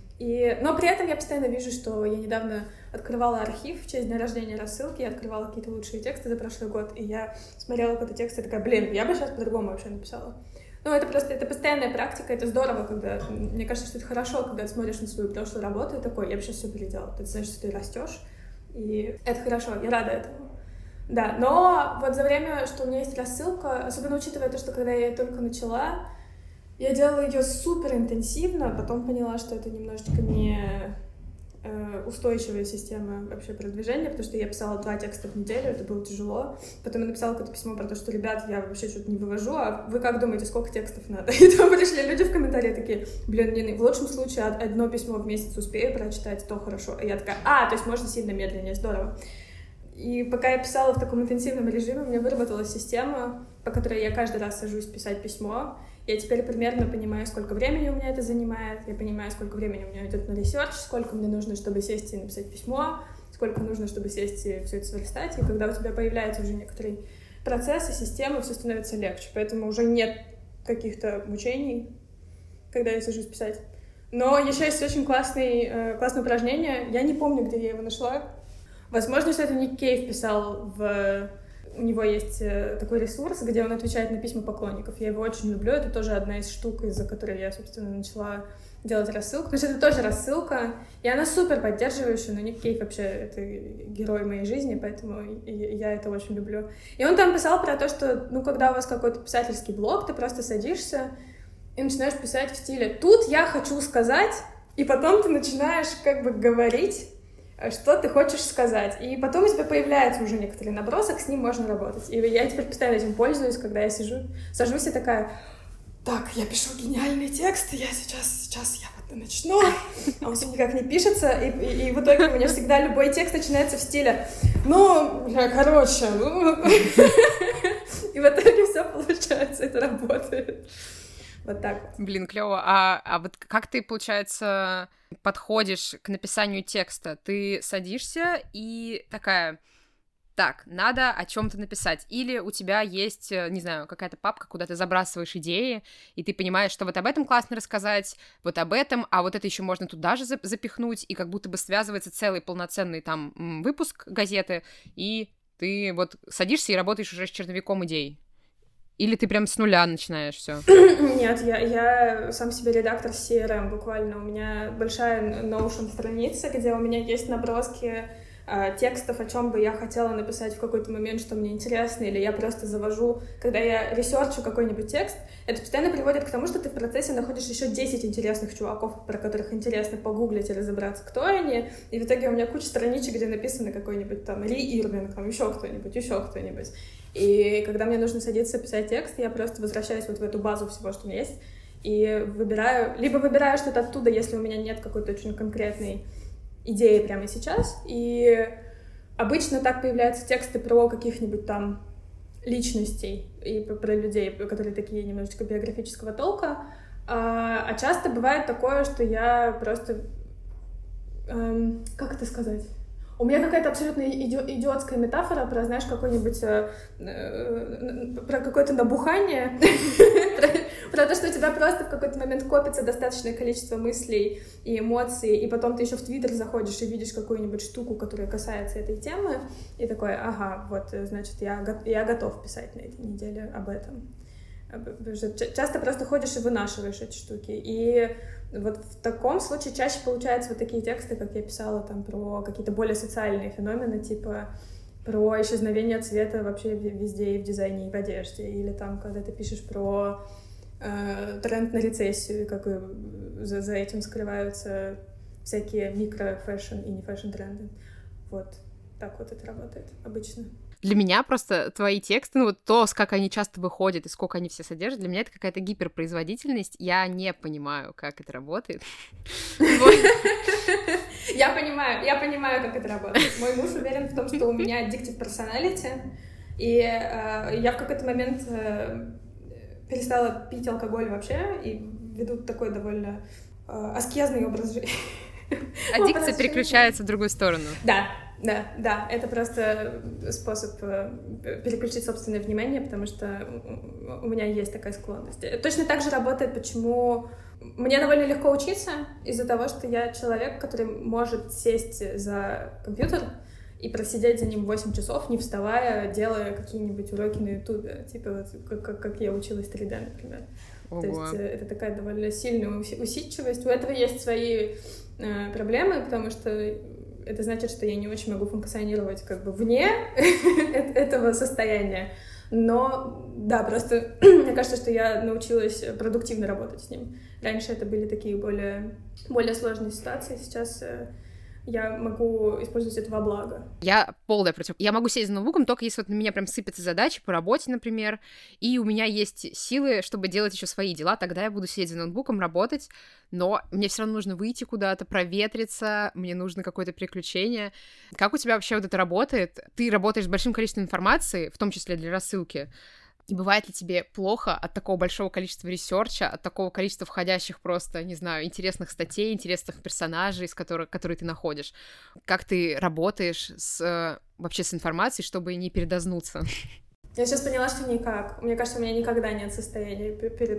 Но при этом я постоянно вижу, что я недавно открывала архив в честь дня рождения рассылки, я открывала какие-то лучшие тексты за прошлый год, и я смотрела какой-то текст и такая: я бы сейчас по-другому вообще написала. Это постоянная практика, это здорово, когда... Мне кажется, что это хорошо, когда ты смотришь на свою прошлую работу и такой: я бы сейчас все переделала. Это значит, что ты растешь, и это хорошо, я рада этому. Да, но вот за время, что у меня есть рассылка, особенно учитывая то, что когда я ее только начала, я делала ее супер интенсивно, потом поняла, что это немножечко не устойчивая система вообще продвижения, потому что я писала 2 текста в неделю, это было тяжело. Потом я написала какое-то письмо про то, что: ребят, я вообще что-то не вывожу, а вы как думаете, сколько текстов надо? И там пришли люди в комментарии такие: Нина, в лучшем случае одно письмо в месяц успею прочитать, то хорошо. И я такая: то есть можно сильно медленнее, здорово. И пока я писала в таком интенсивном режиме, у меня выработалась система, по которой я каждый раз сажусь писать письмо. Я теперь примерно понимаю, сколько времени у меня это занимает, я понимаю, сколько времени у меня идет на ресерч, сколько мне нужно, чтобы сесть и написать письмо, сколько нужно, чтобы сесть и все это сверстать. И когда у тебя появляется уже некоторый процесс и система, все становится легче. Поэтому уже нет каких-то мучений, когда я сажусь писать. Но еще есть очень классное упражнение. Я не помню, где я его нашла. Возможно, что это Ник Кейв писал У него есть такой ресурс, где он отвечает на письма поклонников. Я его очень люблю. Это тоже одна из штук, из-за которой я, собственно, начала делать рассылку. Потому что это тоже рассылка, и она супер поддерживающая, но Ник Кейв вообще это герой моей жизни, поэтому я это очень люблю. И он там писал про то, что, когда у вас какой-то писательский блог, ты просто садишься и начинаешь писать в стиле: тут я хочу сказать, и потом ты начинаешь как бы говорить, что ты хочешь сказать. И потом у тебя появляется уже некоторый набросок, с ним можно работать. И я теперь постоянно этим пользуюсь, когда я сажусь и такая: так, я пишу гениальный текст, я сейчас я вот начну, а он все никак не пишется, и в итоге у меня всегда любой текст начинается в стиле: короче, и в итоге все получается, это работает. Вот так вот. Блин, клево. А вот как ты, получается, подходишь к написанию текста? Ты садишься и такая: так, надо о чем-то написать. Или у тебя есть, не знаю, какая-то папка, куда ты забрасываешь идеи, и ты понимаешь, что вот об этом классно рассказать, вот об этом, а вот это еще можно туда же запихнуть, и как будто бы связывается целый полноценный там выпуск газеты, и ты вот садишься и работаешь уже с черновиком идей. Или ты прям с нуля начинаешь все? Нет, я сам себе редактор CRM буквально. У меня большая Notion страница, где у меня есть наброски текстов, о чем бы я хотела написать в какой-то момент, что мне интересно, или я просто завожу, когда я ресерчу какой-нибудь текст, это постоянно приводит к тому, что ты в процессе находишь еще 10 интересных чуваков, про которых интересно погуглить и разобраться, кто они, и в итоге у меня куча страничек, где написано какой-нибудь там Ли Ирвинг, там еще кто-нибудь. И когда мне нужно садиться писать текст, я просто возвращаюсь вот в эту базу всего, что у меня есть, и выбираю что-то оттуда, если у меня нет какой-то очень конкретной идеи прямо сейчас. И обычно так появляются тексты про каких-нибудь там личностей и про людей, которые такие немножечко биографического толка. А часто бывает такое, что я просто... как это сказать? У меня какая-то абсолютно идиотская метафора про, знаешь, какой-нибудь... про какое-то набухание, про то, что у тебя просто в какой-то момент копится достаточное количество мыслей и эмоций, и потом ты еще в Твиттер заходишь и видишь какую-нибудь штуку, которая касается этой темы, и такой: ага, вот, значит, я готов писать на этой неделе об этом. Часто просто ходишь и вынашиваешь эти штуки. И вот в таком случае чаще получаются вот такие тексты, как я писала там про какие-то более социальные феномены, типа про исчезновение цвета вообще везде, и в дизайне, и в одежде. Или там, когда ты пишешь про тренд на рецессию, как и за этим скрываются всякие микро-фэшн и не фэшн-тренды. Вот так вот это работает обычно. Для меня просто твои тексты, ну вот то, как они часто выходят и сколько они все содержат, для меня это какая-то гиперпроизводительность. Я не понимаю, как это работает. Я понимаю, как это работает. Мой муж уверен в том, что у меня addictive personality, и я в какой-то момент перестала пить алкоголь вообще и веду такой довольно аскезный образ жизни. Аддикция переключается в другую сторону. Да, это просто способ переключить собственное внимание, потому что у меня есть такая склонность. Точно так же работает, почему мне довольно легко учиться, из-за того, что я человек, который может сесть за компьютер и просидеть за ним 8 часов, не вставая, делая какие-нибудь уроки на Ютубе, типа вот как я училась 3D, например. Ого. То есть это такая довольно сильная усидчивость. У этого есть свои проблемы, потому что это значит, что я не очень могу функционировать как бы вне этого состояния. Но, да, просто мне кажется, что я научилась продуктивно работать с ним. Раньше это были такие более сложные ситуации, сейчас я могу использовать это во благо. Я полная против. Я могу сесть за ноутбуком, только если вот на меня прям сыпятся задачи по работе, например, и у меня есть силы, чтобы делать еще свои дела, тогда я буду сидеть за ноутбуком, работать, но мне все равно нужно выйти куда-то, проветриться, мне нужно какое-то приключение. Как у тебя вообще вот это работает? Ты работаешь с большим количеством информации, в том числе для рассылки. И бывает ли тебе плохо от такого большого количества ресерча, от такого количества входящих просто, не знаю, интересных статей, интересных персонажей, которые ты находишь? Как ты работаешь вообще с информацией, чтобы не передознуться? Я сейчас поняла, что никак. Мне кажется, у меня никогда нет состояния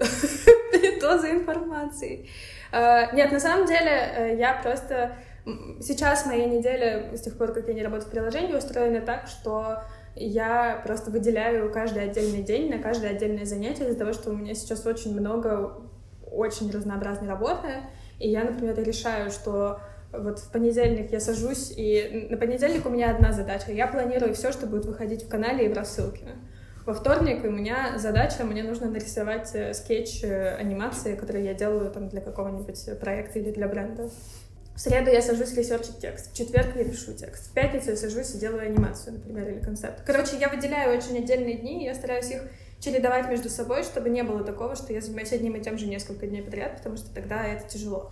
передоза информации. Нет, на самом деле, я просто... Сейчас моя неделя, с тех пор, как я не работаю в приложении, устроена так, что я просто выделяю каждый отдельный день на каждое отдельное занятие из-за того, что у меня сейчас очень много очень разнообразной работы, и я, например, решаю, что вот в понедельник я сажусь, и на понедельник у меня одна задача. Я планирую все, что будет выходить в канале и в рассылке. Во вторник у меня задача, мне нужно нарисовать скетч анимации, который я делаю там для какого-нибудь проекта или для бренда. В среду я сажусь ресерчить текст, в четверг я пишу текст, в пятницу я сажусь и делаю анимацию, например, или концепт. Короче, я выделяю очень отдельные дни, и я стараюсь их чередовать между собой, чтобы не было такого, что я занимаюсь одним и тем же несколько дней подряд, потому что тогда это тяжело.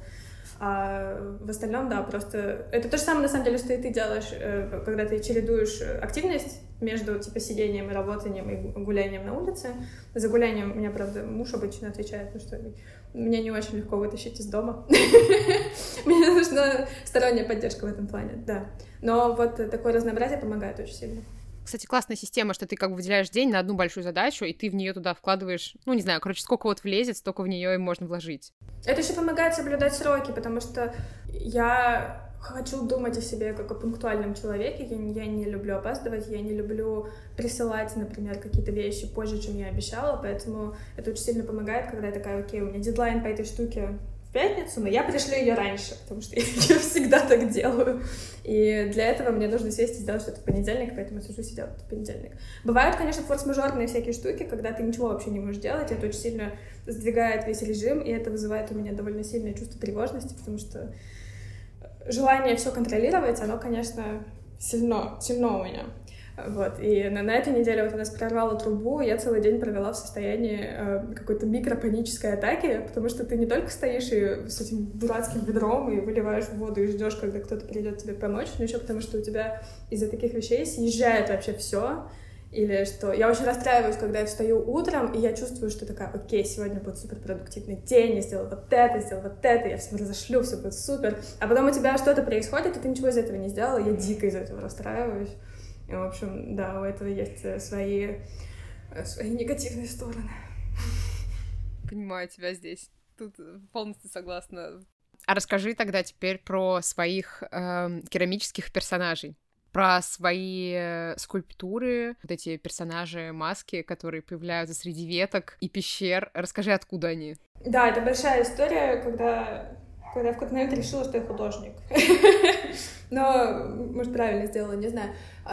А в остальном, да, просто... Это то же самое, на самом деле, что и ты делаешь, когда ты чередуешь активность между, типа, сидением и работанием и гулянием на улице. За гулянием у меня, правда, муж обычно отвечает, потому что меня не очень легко вытащить из дома. Мне нужна сторонняя поддержка в этом плане, да. Но вот такое разнообразие помогает очень сильно. Кстати, классная система, что ты как бы выделяешь день на одну большую задачу, и ты в нее туда вкладываешь, ну, не знаю, короче, сколько вот влезет, столько в нее и можно вложить. Это еще помогает соблюдать сроки, потому что я хочу думать о себе как о пунктуальном человеке, я не люблю опаздывать, я не люблю присылать, например, какие-то вещи позже, чем я обещала, поэтому это очень сильно помогает, когда я такая, окей, у меня дедлайн по этой штуке в пятницу, но я пришлю ее раньше, потому что я всегда так делаю. И для этого мне нужно сесть и сделать что-то в понедельник, поэтому я сажусь и делаю это в понедельник. Бывают, конечно, форс-мажорные всякие штуки, когда ты ничего вообще не можешь делать, это очень сильно сдвигает весь режим, и это вызывает у меня довольно сильное чувство тревожности, потому что желание все контролировать, оно, конечно, сильно у меня. Вот, и на этой неделе вот у нас прорвало трубу, я целый день провела в состоянии какой-то микропанической атаки, потому что ты не только стоишь и с этим дурацким ведром и выливаешь в воду и ждешь, когда кто-то придет тебе помочь, но еще потому что у тебя из-за таких вещей съезжает вообще все. Или что я очень расстраиваюсь, когда я встаю утром, и я чувствую, что такая, окей, сегодня будет суперпродуктивный день, я сделаю вот это, я всем разошлю, все будет супер. А потом у тебя что-то происходит, и ты ничего из этого не сделала, я дико из-за этого расстраиваюсь. И, в общем, да, у этого есть свои негативные стороны. Понимаю тебя здесь. Тут полностью согласна. А расскажи тогда теперь про своих керамических персонажей. Про свои скульптуры, вот эти персонажи, маски, которые появляются среди веток и пещер. Расскажи, откуда они? Да, это большая история, когда я в какой-то момент решила, что я художник. Но, может, правильно сделала, не знаю.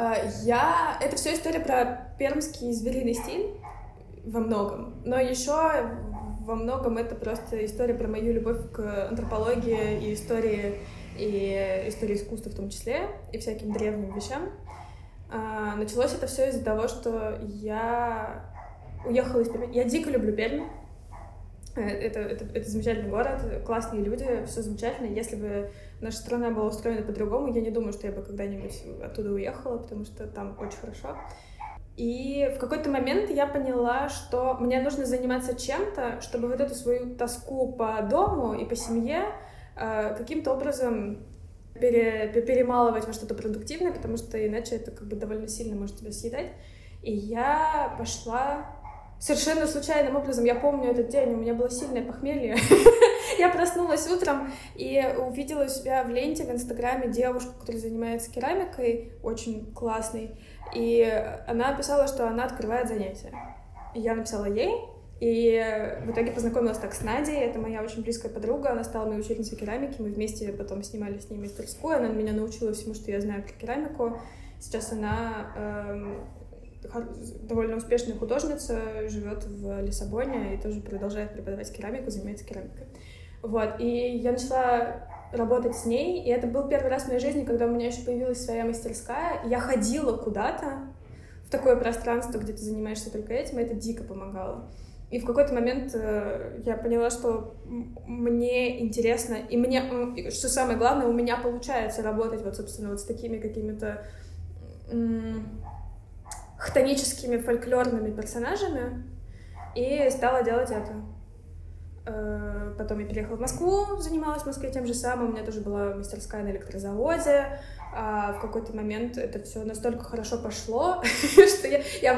Это все история про пермский звериный стиль во многом. Но еще во многом это просто история про мою любовь к антропологии и истории искусства в том числе, и всяким древним вещам. Началось это все из-за того, что я уехала из Перми. Я дико люблю Пермь. Это замечательный город, классные люди, все замечательно. Если бы наша страна была устроена по-другому, я не думаю, что я бы когда-нибудь оттуда уехала, потому что там очень хорошо. И в какой-то момент я поняла, что мне нужно заниматься чем-то, чтобы вот эту свою тоску по дому и по семье каким-то образом перемалывать во что-то продуктивное, потому что иначе это как бы довольно сильно может тебя съедать. И я пошла совершенно случайным образом. Я помню этот день, у меня было сильное похмелье. Я проснулась утром и увидела у себя в ленте в Инстаграме девушку, которая занимается керамикой, очень классной. И она писала, что она открывает занятия. И я написала ей, и в итоге познакомилась так с Надей. Это моя очень близкая подруга, она стала моей учительницей керамики. Мы вместе потом снимали с ней мастерскую. Она меня научила всему, что я знаю про керамику. Сейчас она довольно успешная художница, живет в Лиссабоне и тоже продолжает преподавать керамику, занимается керамикой. Вот, и я начала работать с ней, и это был первый раз в моей жизни, когда у меня еще появилась своя мастерская. Я ходила куда-то в такое пространство, где ты занимаешься только этим, и это дико помогало. И в какой-то момент я поняла, что мне интересно, и мне, что самое главное, у меня получается работать вот, собственно, вот с такими какими-то хтоническими фольклорными персонажами, и стала делать это. Потом я переехала в Москву, занималась в Москве тем же самым, у меня тоже была мастерская на электрозаводе. В какой-то момент это все настолько хорошо пошло, что я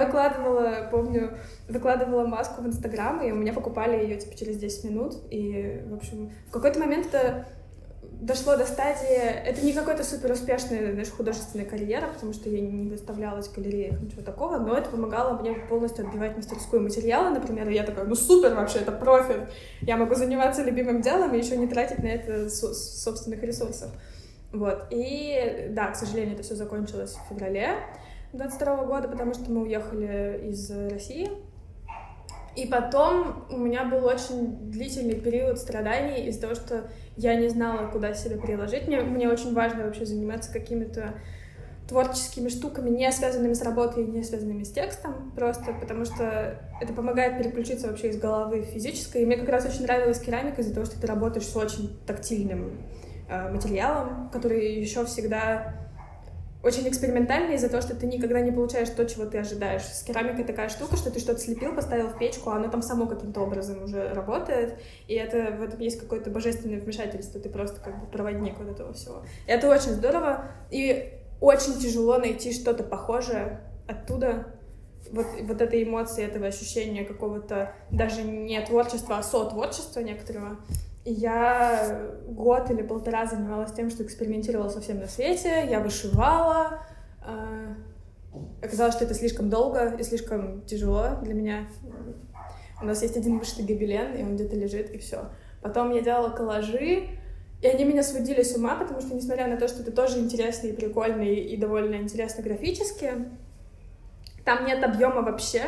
выкладывала маску в Инстаграм, и у меня покупали ее типа через 10 минут. И, в общем, в какой-то момент это дошло до стадии... Это не какой-то супер успешная, знаешь, художественная карьера, потому что я не выставлялась в галереях, ничего такого, но это помогало мне полностью отбивать мастерскую материалы, например, и я такая, ну супер вообще, это профит, я могу заниматься любимым делом и еще не тратить на это собственных ресурсов. Вот, и да, к сожалению, это все закончилось в феврале 22 года, потому что мы уехали из России. И потом у меня был очень длительный период страданий из-за того, что я не знала, куда себя приложить. Мне очень важно вообще заниматься какими-то творческими штуками, не связанными с работой, не связанными с текстом, просто потому что это помогает переключиться вообще из головы в физическое. И мне как раз очень нравилась керамика из-за того, что ты работаешь с очень тактильным материалом, который еще всегда очень экспериментальный из-за того, что ты никогда не получаешь то, чего ты ожидаешь. С керамикой такая штука, что ты что-то слепил, поставил в печку, а оно там само каким-то образом уже работает, и в этом есть какое-то божественное вмешательство, ты просто как бы проводник вот этого всего. И это очень здорово, и очень тяжело найти что-то похожее оттуда, вот этой эмоции, этого ощущения какого-то даже не творчества, а сотворчества некоторого. И я год или полтора занималась тем, что экспериментировала со всем на свете, я вышивала. Оказалось, что это слишком долго и слишком тяжело для меня. У нас есть один вышитый гобелен, и он где-то лежит, и все. Потом я делала коллажи, и они меня сводили с ума, потому что, несмотря на то, что это тоже интересно и прикольно, и довольно интересно графически, там нет объема вообще.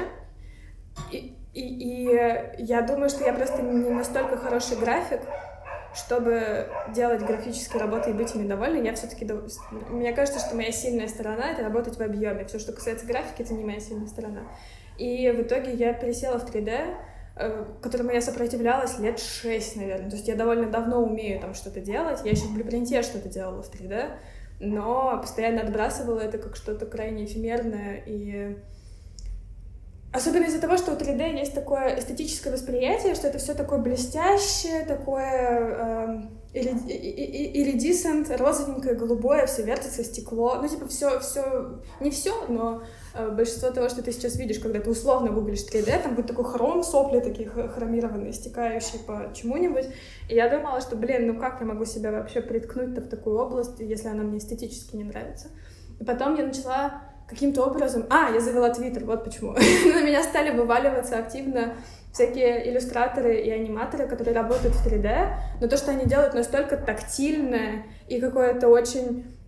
И я думаю, что я просто не настолько хороший график, чтобы делать графические работы и быть ими довольной. Я все-таки... Мне кажется, что моя сильная сторона — это работать в объеме. Все, что касается графики, это не моя сильная сторона. И в итоге я пересела в 3D, которому я сопротивлялась лет 6, наверное. То есть я довольно давно умею там что-то делать. Я еще в Блюпринте что-то делала в 3D, но постоянно отбрасывала это как что-то крайне эфемерное и... Особенно из-за того, что у 3D есть такое эстетическое восприятие, что это все такое блестящее, такое iridescent, розовенькое, голубое, все вертится, стекло. Ну, типа, все, не все, но большинство того, что ты сейчас видишь, когда ты условно гуглишь 3D, там будет такой хром, сопли такие хромированные, стекающие по чему-нибудь. И я думала, что, ну как я могу себя вообще приткнуть-то в такую область, если она мне эстетически не нравится. И потом я начала каким-то образом... я завела Твиттер, вот почему. На меня стали вываливаться активно всякие иллюстраторы и аниматоры, которые работают в 3D, но то, что они делают, настолько тактильное и какое-то очень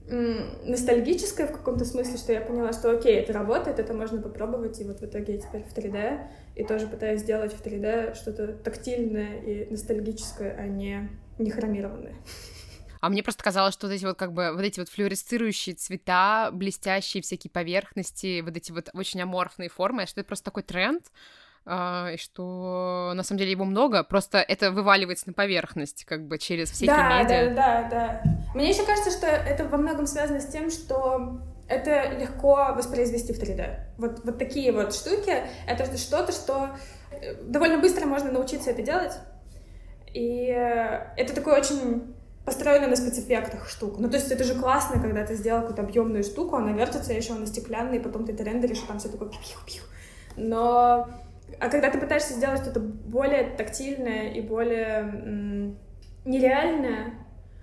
ностальгическое в каком-то смысле, что я поняла, что окей, это работает, это можно попробовать, и вот в итоге я теперь в 3D, и тоже пытаюсь сделать в 3D что-то тактильное и ностальгическое, а не хромированное. А мне просто казалось, что вот эти вот как бы вот эти вот флуоресцирующие цвета, блестящие всякие поверхности, вот эти вот очень аморфные формы, что это просто такой тренд, и что на самом деле его много, просто это вываливается на поверхность как бы через все эти медиа. Да. Мне еще кажется, что это во многом связано с тем, что это легко воспроизвести в 3D. Вот такие вот штуки, это что-то, что довольно быстро можно научиться это делать, и это такой очень построена на спецэффектах штука. Ну, то есть это же классно, когда ты сделал какую-то объемную штуку, она вертится еще, она стеклянная, и потом ты это рендеришь, и там все такое пиу-пиу-пиу. Но... А когда ты пытаешься сделать что-то более тактильное и более нереальное,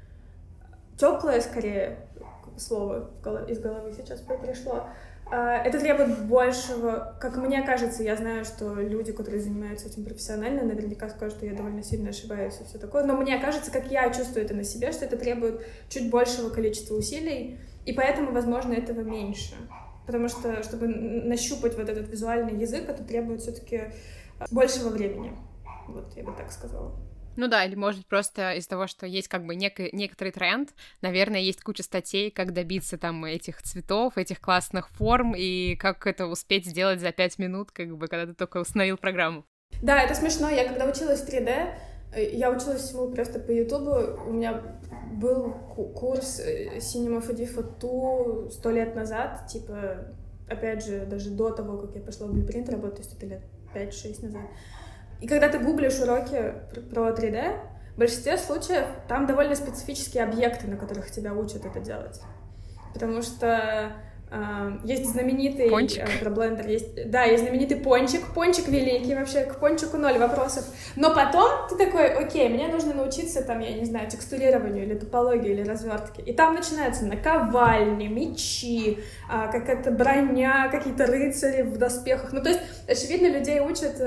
теплое, скорее, слово из головы сейчас пришло, это требует большего, как мне кажется, я знаю, что люди, которые занимаются этим профессионально, наверняка скажут, что я довольно сильно ошибаюсь и все такое, но мне кажется, как я чувствую это на себе, что это требует чуть большего количества усилий, и поэтому, возможно, этого меньше. Потому что, чтобы нащупать вот этот визуальный язык, это требует все-таки большего времени. Вот, я бы так сказала. Ну да, или, может быть, просто из-за того, что есть как бы некоторый тренд, наверное, есть куча статей, как добиться там этих цветов, этих классных форм, и как это успеть сделать за 5 минут, как бы, когда ты только установил программу. Да, это смешно. Я когда училась 3D, я училась всему просто по Ютубу. У меня был курс Cinema 4D Photo 100 лет назад, типа, опять же, даже до того, как я пошла в Blueprint работать, то есть это лет 5-6 назад. И когда ты гуглишь уроки про 3D, в большинстве случаев там довольно специфические объекты, на которых тебя учат это делать. Потому что есть знаменитый про Blender, есть знаменитый пончик великий, вообще к пончику 0 вопросов. Но потом ты такой, окей, мне нужно научиться там, я не знаю, текстурированию или топологии или развертке. И там начинаются наковальни, мечи, какая-то броня, какие-то рыцари в доспехах. Ну, то есть, очевидно, людей учат...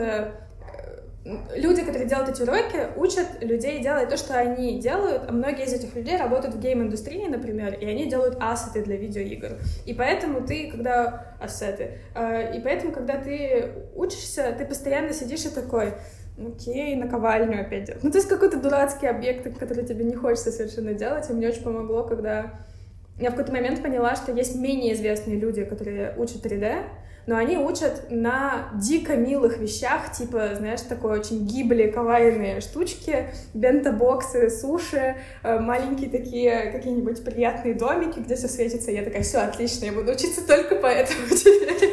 Люди, которые делают эти уроки, учат людей делать то, что они делают, а многие из этих людей работают в гейм-индустрии, например, и они делают ассеты для видеоигр. И поэтому когда ты учишься, ты постоянно сидишь и такой, окей, наковальню опять делать. Ну, то есть какой-то дурацкий объект, который тебе не хочется совершенно делать, и мне очень помогло, когда я в какой-то момент поняла, что есть менее известные люди, которые учат 3D, но они учат на дико милых вещах, типа, знаешь, такой очень гибли, кавайные штучки, бенто-боксы, суши, маленькие такие какие-нибудь приятные домики, где все светится. Я такая, все, отлично, я буду учиться только поэтому теперь.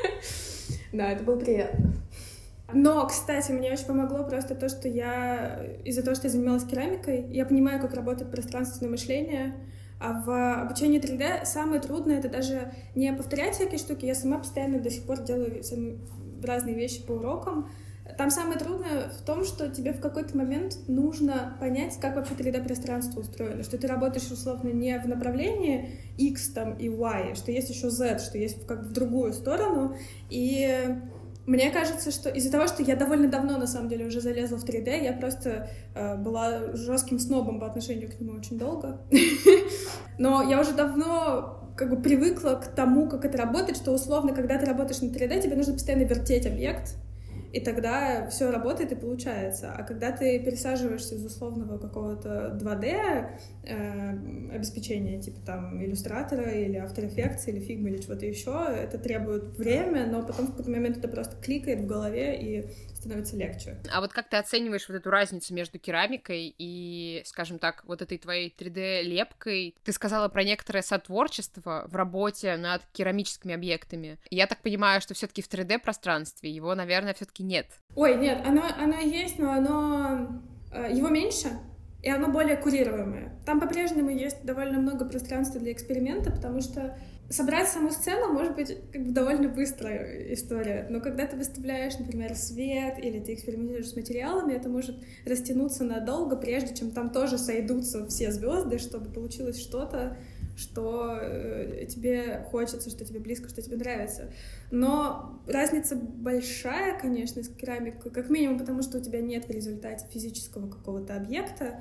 Да, это было приятно. Но, кстати, мне очень помогло просто то, что из-за того, что я занималась керамикой, я понимаю, как работает пространственное мышление. А в обучении 3D самое трудное — это даже не повторять всякие штуки. Я сама постоянно до сих пор делаю разные вещи по урокам. Там самое трудное в том, что тебе в какой-то момент нужно понять, как вообще 3D-пространство устроено, что ты работаешь условно не в направлении X там, и Y, что есть еще Z, что есть как бы в другую сторону. И мне кажется, что из-за того, что я довольно давно, на самом деле, уже залезла в 3D, я просто была жестким снобом по отношению к нему очень долго. Но я уже давно как бы привыкла к тому, как это работает, что условно, когда ты работаешь на 3D, тебе нужно постоянно вертеть объект, и тогда все работает и получается. А когда ты пересаживаешься из условного какого-то 2D обеспечения, типа там иллюстратора или After Effects или Figma или чего-то еще, это требует время, но потом в какой-то момент это просто кликает в голове и становится легче. А вот как ты оцениваешь вот эту разницу между керамикой и, скажем так, вот этой твоей 3D-лепкой? Ты сказала про некоторое сотворчество в работе над керамическими объектами. Я так понимаю, что все-таки в 3D-пространстве его, наверное, все-таки нет. Ой, нет, оно есть, но его меньше, и оно более курируемое. Там по-прежнему есть довольно много пространства для эксперимента, потому что собрать саму сцену может быть как бы довольно быстрая история, но когда ты выставляешь, например, свет или ты экспериментируешь с материалами, это может растянуться надолго, прежде чем там тоже сойдутся все звезды, чтобы получилось что-то, что тебе хочется, что тебе близко, что тебе нравится. Но разница большая, конечно, с керамикой, как минимум потому, что у тебя нет в результате физического какого-то объекта,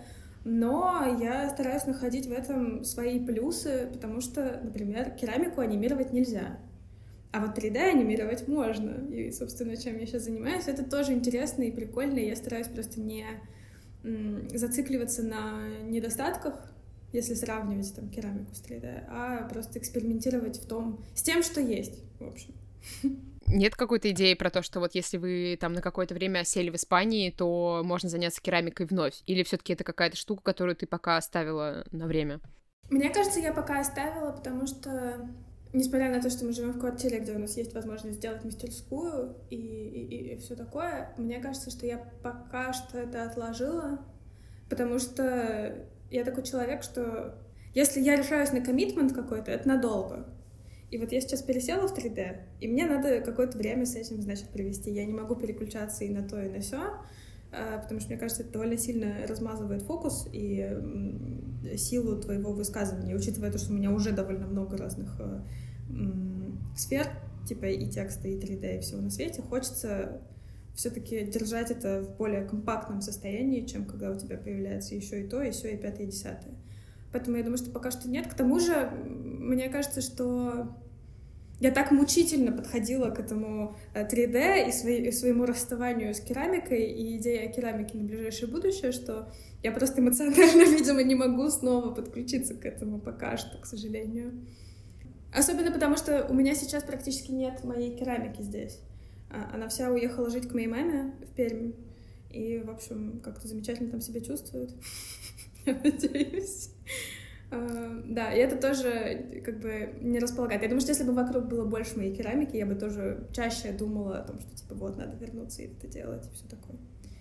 Но я стараюсь находить в этом свои плюсы, потому что, например, керамику анимировать нельзя. А вот 3D анимировать можно. И, собственно, чем я сейчас занимаюсь, это тоже интересно и прикольно. И я стараюсь просто не зацикливаться на недостатках, если сравнивать там керамику с 3D, а просто экспериментировать с тем, что есть, в общем. Нет какой-то идеи про то, что вот если вы там на какое-то время осели в Испании, то можно заняться керамикой вновь? Или все-таки это какая-то штука, которую ты пока оставила на время? Мне кажется, я пока оставила, потому что, несмотря на то, что мы живем в квартире, где у нас есть возможность сделать мастерскую и все такое, мне кажется, что я пока что это отложила, потому что я такой человек, что если я решаюсь на коммитмент какой-то, это надолго. И вот я сейчас пересела в 3D, и мне надо какое-то время с этим, значит, провести. Я не могу переключаться и на то, и на сё, потому что, мне кажется, это довольно сильно размазывает фокус и силу твоего высказывания, учитывая то, что у меня уже довольно много разных сфер, типа и текста, и 3D, и всего на свете. Хочется все-таки держать это в более компактном состоянии, чем когда у тебя появляется еще и то, и сё, и пятое, и десятое. Поэтому я думаю, что пока что нет. К тому же, мне кажется, что я так мучительно подходила к этому 3D и своему расставанию с керамикой и идее о керамике на ближайшее будущее, что я просто эмоционально, видимо, не могу снова подключиться к этому пока что, к сожалению. Особенно потому, что у меня сейчас практически нет моей керамики здесь. Она вся уехала жить к моей маме в Пермь. И, в общем, как-то замечательно там себя чувствует. Я надеюсь. Да, и это тоже как бы не располагает. Я думаю, что если бы вокруг было больше моей керамики, я бы тоже чаще думала о том, что типа вот надо вернуться и это делать, и все такое.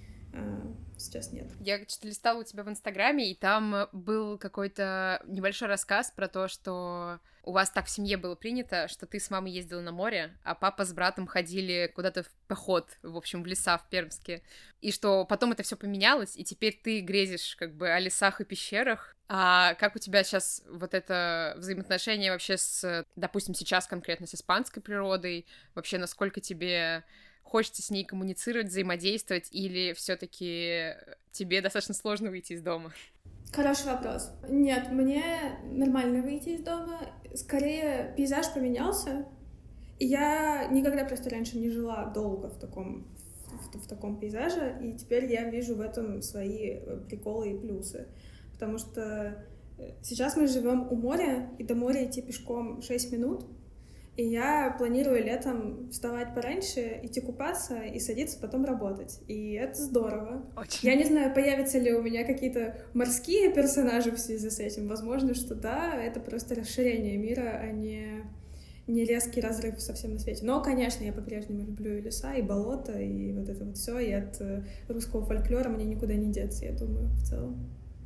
Сейчас нет. Я что-то листала у тебя в Инстаграме, и там был какой-то небольшой рассказ про то, что у вас так в семье было принято, что ты с мамой ездила на море, а папа с братом ходили куда-то в поход, в общем, в леса в Пермске, и что потом это все поменялось, и теперь ты грезишь как бы о лесах и пещерах. А как у тебя сейчас вот это взаимоотношение вообще с, допустим, сейчас конкретно с испанской природой, вообще насколько тебе хочется с ней коммуницировать, взаимодействовать, или все-таки тебе достаточно сложно выйти из дома? Хороший вопрос. Нет, мне нормально выйти из дома. Скорее, пейзаж поменялся. И я никогда просто раньше не жила долго в таком пейзаже, и теперь я вижу в этом свои приколы и плюсы. Потому что сейчас мы живем у моря, и до моря идти пешком 6 минут. И я планирую летом вставать пораньше, идти купаться и садиться потом работать. И это здорово. Очень. Я не знаю, появятся ли у меня какие-то морские персонажи в связи с этим. Возможно, что да, это просто расширение мира, а не резкий разрыв совсем на свете. Но, конечно, я по-прежнему люблю и леса, и болота, и вот это вот все. И от русского фольклора мне никуда не деться, я думаю, в целом.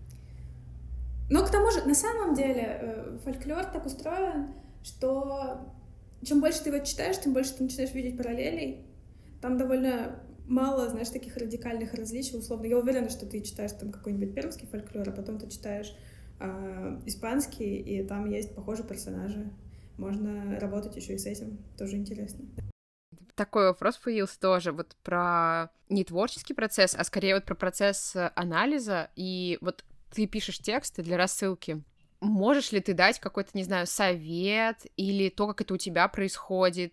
Но к тому же, на самом деле, фольклор так устроен, что чем больше ты его читаешь, тем больше ты начинаешь видеть параллелей. Там довольно мало, знаешь, таких радикальных различий, условно. Я уверена, что ты читаешь там какой-нибудь пермский фольклор, а потом ты читаешь испанский, и там есть похожие персонажи. Можно работать еще и с этим, тоже интересно. Такой вопрос появился тоже вот про не творческий процесс, а скорее вот про процесс анализа. И вот ты пишешь тексты для рассылки. Можешь ли ты дать какой-то, не знаю, совет или то, как это у тебя происходит,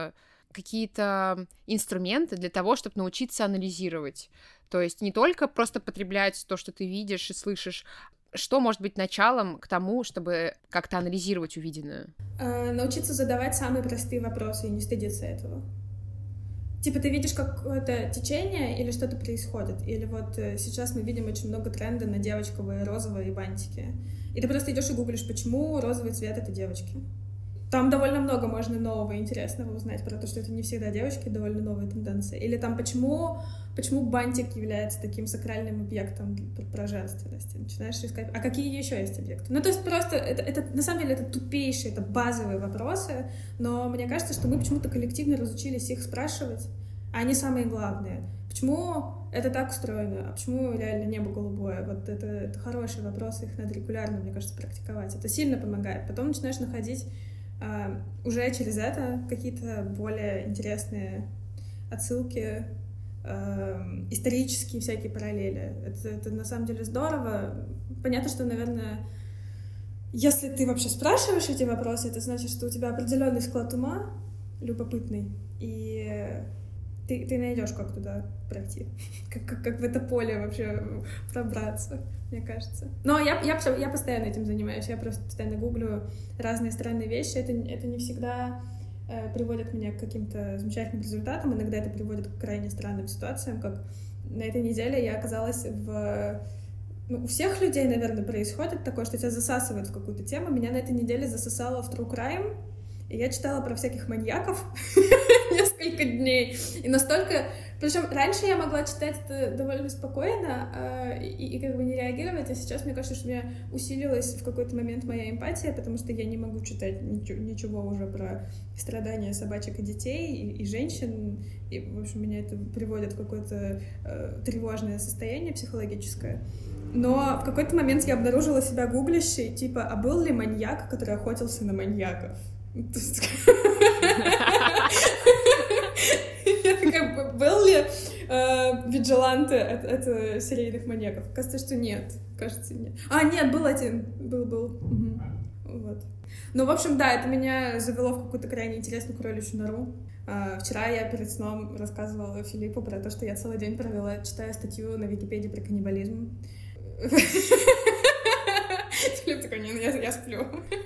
какие-то инструменты для того, чтобы научиться анализировать? То есть не только просто потреблять то, что ты видишь и слышишь, что может быть началом к тому, чтобы как-то анализировать увиденное? Научиться задавать самые простые вопросы и не стыдиться этого. Типа ты видишь какое-то течение или что-то происходит. Или вот сейчас мы видим очень много тренда на девочковые розовые бантики. И ты просто идешь и гуглишь, почему розовый цвет — это девочки. Там довольно много можно нового и интересного узнать про то, что это не всегда девочки, довольно новая тенденция. Или там почему бантик является таким сакральным объектом про женственность. Начинаешь искать, а какие еще есть объекты? Ну, то есть просто это на самом деле это тупейшие, это базовые вопросы, но мне кажется, что мы почему-то коллективно разучились их спрашивать, а они самые главные. Почему это так устроено? А почему реально небо голубое? Вот это хорошие вопросы, их надо регулярно, мне кажется, практиковать. Это сильно помогает. Потом начинаешь находить уже через это какие-то более интересные отсылки исторические всякие параллели. Это на самом деле здорово. Понятно, что, наверное, если ты вообще спрашиваешь эти вопросы, это значит, что у тебя определенный склад ума, любопытный, и ты найдешь, как туда пройти, как в это поле вообще пробраться, мне кажется. Но я постоянно этим занимаюсь, я просто постоянно гуглю разные странные вещи, это не всегда приводит меня к каким-то замечательным результатам, иногда это приводит к крайне странным ситуациям, как на этой неделе я оказалась у всех людей, наверное, происходит такое, что тебя засасывают в какую-то тему. Меня на этой неделе засосало в True Crime, и я читала про всяких маньяков несколько дней. И настолько... Причем раньше я могла читать это довольно спокойно и как бы не реагировать, а сейчас мне кажется, что у меня усилилась в какой-то момент моя эмпатия, потому что я не могу читать ничего уже про страдания собачек и детей, и женщин. И, в общем, меня это приводит в какое-то тревожное состояние психологическое. Но в какой-то момент я обнаружила себя гуглящей, типа, а был ли маньяк, который охотился на маньяков? Был ли Виджиланте это серийных маньяков? Кажется, что нет. Кажется, нет. Нет, был один. Был. Вот. Ну, в общем, да, это меня завело в какую-то крайне интересную кроличью нору. Вчера я перед сном рассказывала Филиппу про то, что я целый день провела, читая статью на Википедии про каннибализм. Филипп такой, я сплю.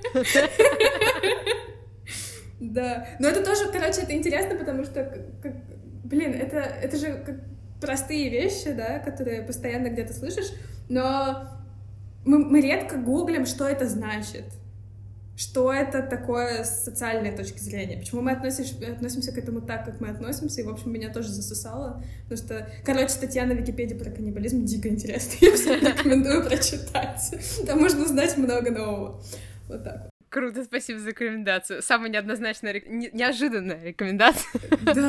Да, но это тоже, короче, это интересно, потому что, это же простые вещи, да, которые постоянно где-то слышишь, но мы редко гуглим, что это значит, что это такое с социальной точки зрения, почему мы относимся к этому так, как мы относимся, и, в общем, меня тоже засосало, потому что, короче, статья на Википедии про каннибализм дико интересная, я всем рекомендую прочитать, там можно узнать много нового, вот так. Круто, спасибо за рекомендацию. Самая неоднозначная, неожиданная рекомендация.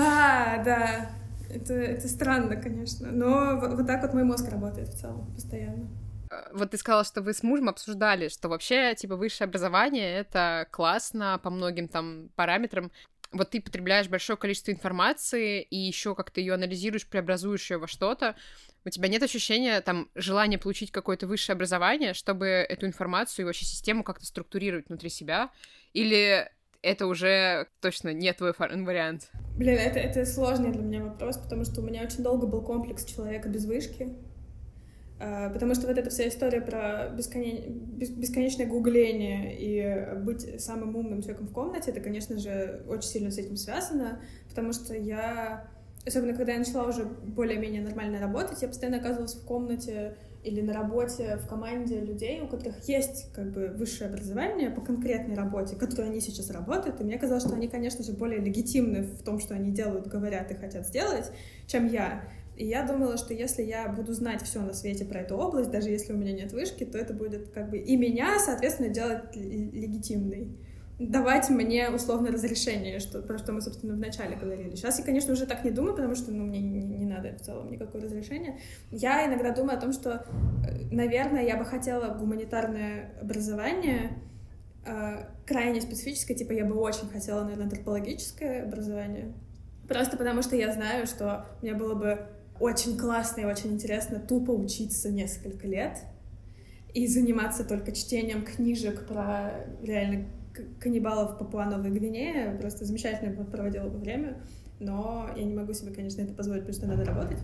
Да. Это странно, конечно. Но вот так вот мой мозг работает в целом, постоянно. Вот ты сказала, что вы с мужем обсуждали, что вообще, типа, высшее образование — это классно по многим там параметрам. Вот ты потребляешь большое количество информации, и еще как ты ее анализируешь, преобразуешь ее во что-то. У тебя нет ощущения, там, желания получить какое-то высшее образование, чтобы эту информацию и вообще систему как-то структурировать внутри себя? Или это уже точно не твой вариант? Блин, это сложный для меня вопрос, потому что у меня очень долго был комплекс человека без вышки. Потому что вот эта вся история про бесконечное гугление и быть самым умным человеком в комнате, это, конечно же, очень сильно с этим связано, потому что особенно когда я начала уже более-менее нормально работать, я постоянно оказывалась в комнате или на работе, в команде людей, у которых есть как бы высшее образование по конкретной работе, которой они сейчас работают, и мне казалось, что они, конечно же, более легитимны в том, что они делают, говорят и хотят сделать, чем я. И я думала, что если я буду знать все на свете про эту область, даже если у меня нет вышки, то это будет как бы и меня, соответственно, делать легитимной. Давать мне условно разрешение, про что мы, собственно, вначале говорили. Сейчас я, конечно, уже так не думаю, потому что мне не надо в целом никакое разрешение. Я иногда думаю о том, что, наверное, я бы хотела гуманитарное образование, крайне специфическое, типа я бы очень хотела, наверное, антропологическое образование, просто потому что я знаю, что мне было бы очень классно и очень интересно тупо учиться несколько лет и заниматься только чтением книжек про реально каннибалов в Папуа-Новой Гвинее. Просто замечательно проводила бы время, но я не могу себе, конечно, это позволить, потому что надо работать.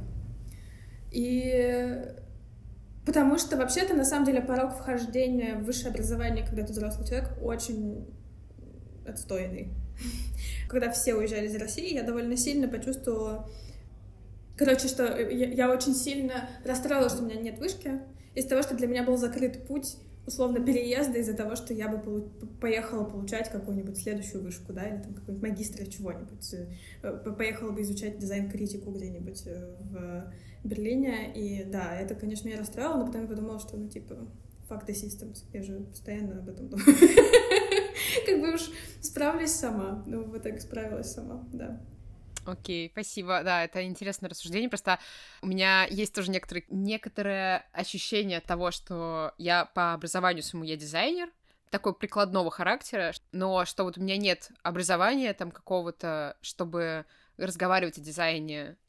И потому что вообще-то, на самом деле, порог вхождения в высшее образование, когда ты взрослый человек, очень отстойный. Когда все уезжали из России, я довольно сильно почувствовала... что я очень сильно расстроилась, что у меня нет вышки, из-за того, что для меня был закрыт путь условно переезда из-за того, что я бы поехала получать какую-нибудь следующую вышку, да, или там какой-нибудь магистр чего-нибудь, поехала бы изучать дизайн-критику где-нибудь в Берлине, и да, это, конечно, меня расстроило, но потом я подумала, что, fuck the systems, я же постоянно об этом думаю. Как бы уж справлюсь сама, но в итоге справилась сама, да. Окей, спасибо. Да, это интересное рассуждение. Просто у меня есть тоже некоторое ощущение того, что я по образованию своему я дизайнер, такой прикладного характера, но что вот у меня нет образования там какого-то, чтобы разговаривать о дизайне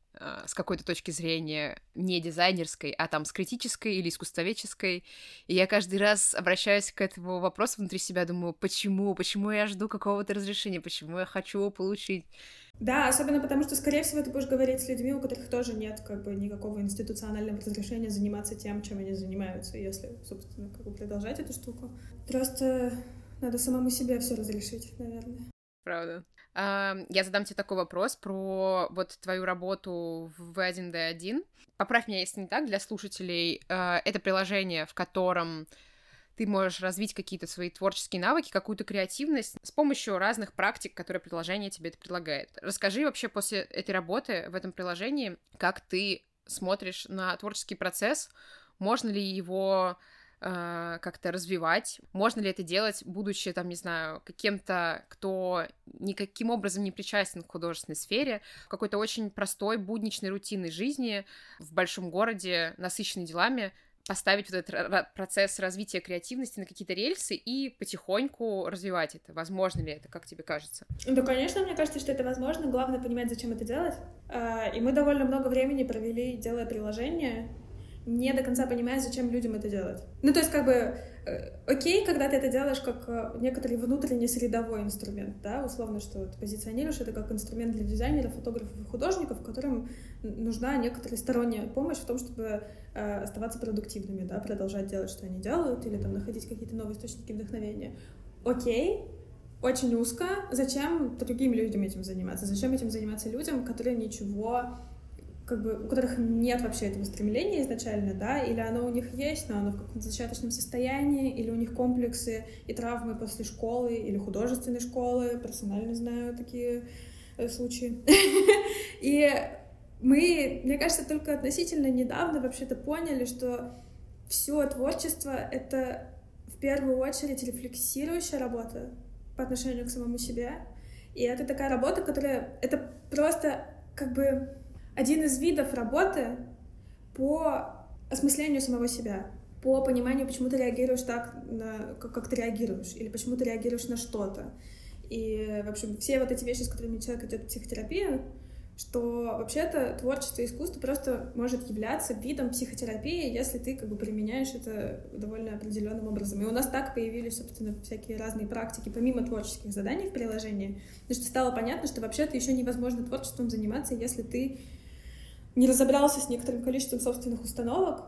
с какой-то точки зрения не дизайнерской, а там с критической или искусствоведческой. И я каждый раз обращаюсь к этому вопросу внутри себя, думаю, почему я жду какого-то разрешения, почему я хочу его получить. Да, особенно потому, что, скорее всего, ты будешь говорить с людьми, у которых тоже нет как бы никакого институционального разрешения заниматься тем, чем они занимаются, если, собственно, как бы продолжать эту штуку. Просто надо самому себе все разрешить, наверное. Правда. Я задам тебе такой вопрос про вот твою работу в V1D1. Поправь меня, если не так, для слушателей. Это приложение, в котором ты можешь развить какие-то свои творческие навыки, какую-то креативность с помощью разных практик, которые приложение тебе это предлагает. Расскажи вообще после этой работы в этом приложении, как ты смотришь на творческий процесс, можно ли его как-то развивать, можно ли это делать, будучи, там, не знаю, кем-то, кто никаким образом не причастен к художественной сфере, в какой-то очень простой, будничной, рутинной жизни в большом городе, насыщенной делами, поставить вот этот процесс развития креативности на какие-то рельсы и потихоньку развивать это. Возможно ли это, как тебе кажется? Да, конечно, мне кажется, что это возможно. Главное понимать, зачем это делать. И мы довольно много времени провели, делая приложение, не до конца понимая, зачем людям это делать. Ну, то есть, как бы, окей, когда ты это делаешь как некоторый внутренний средовой инструмент, да, условно, что ты позиционируешь это как инструмент для дизайнеров, фотографов и художников, которым нужна некоторая сторонняя помощь в том, чтобы оставаться продуктивными, да, продолжать делать, что они делают, или там находить какие-то новые источники вдохновения. Окей, очень узко. Зачем другим людям этим заниматься? Зачем этим заниматься людям, которые ничего... как бы, у которых нет вообще этого стремления изначально, да, или оно у них есть, но оно в каком-то зачаточном состоянии, или у них комплексы и травмы после школы, или художественной школы, персонально знаю такие случаи. И мы, мне кажется, только относительно недавно вообще-то поняли, что все творчество — это в первую очередь рефлексирующая работа по отношению к самому себе, и это такая работа, которая... Это просто как бы... один из видов работы по осмыслению самого себя, по пониманию, почему ты реагируешь так, как ты реагируешь, или почему ты реагируешь на что-то. И, в общем, все вот эти вещи, с которыми человек идет в психотерапию, что вообще-то творчество и искусство просто может являться видом психотерапии, если ты как бы применяешь это довольно определенным образом. И у нас так появились, собственно, всякие разные практики, помимо творческих заданий в приложении, потому что стало понятно, что вообще-то еще невозможно творчеством заниматься, если ты не разобрался с некоторым количеством собственных установок.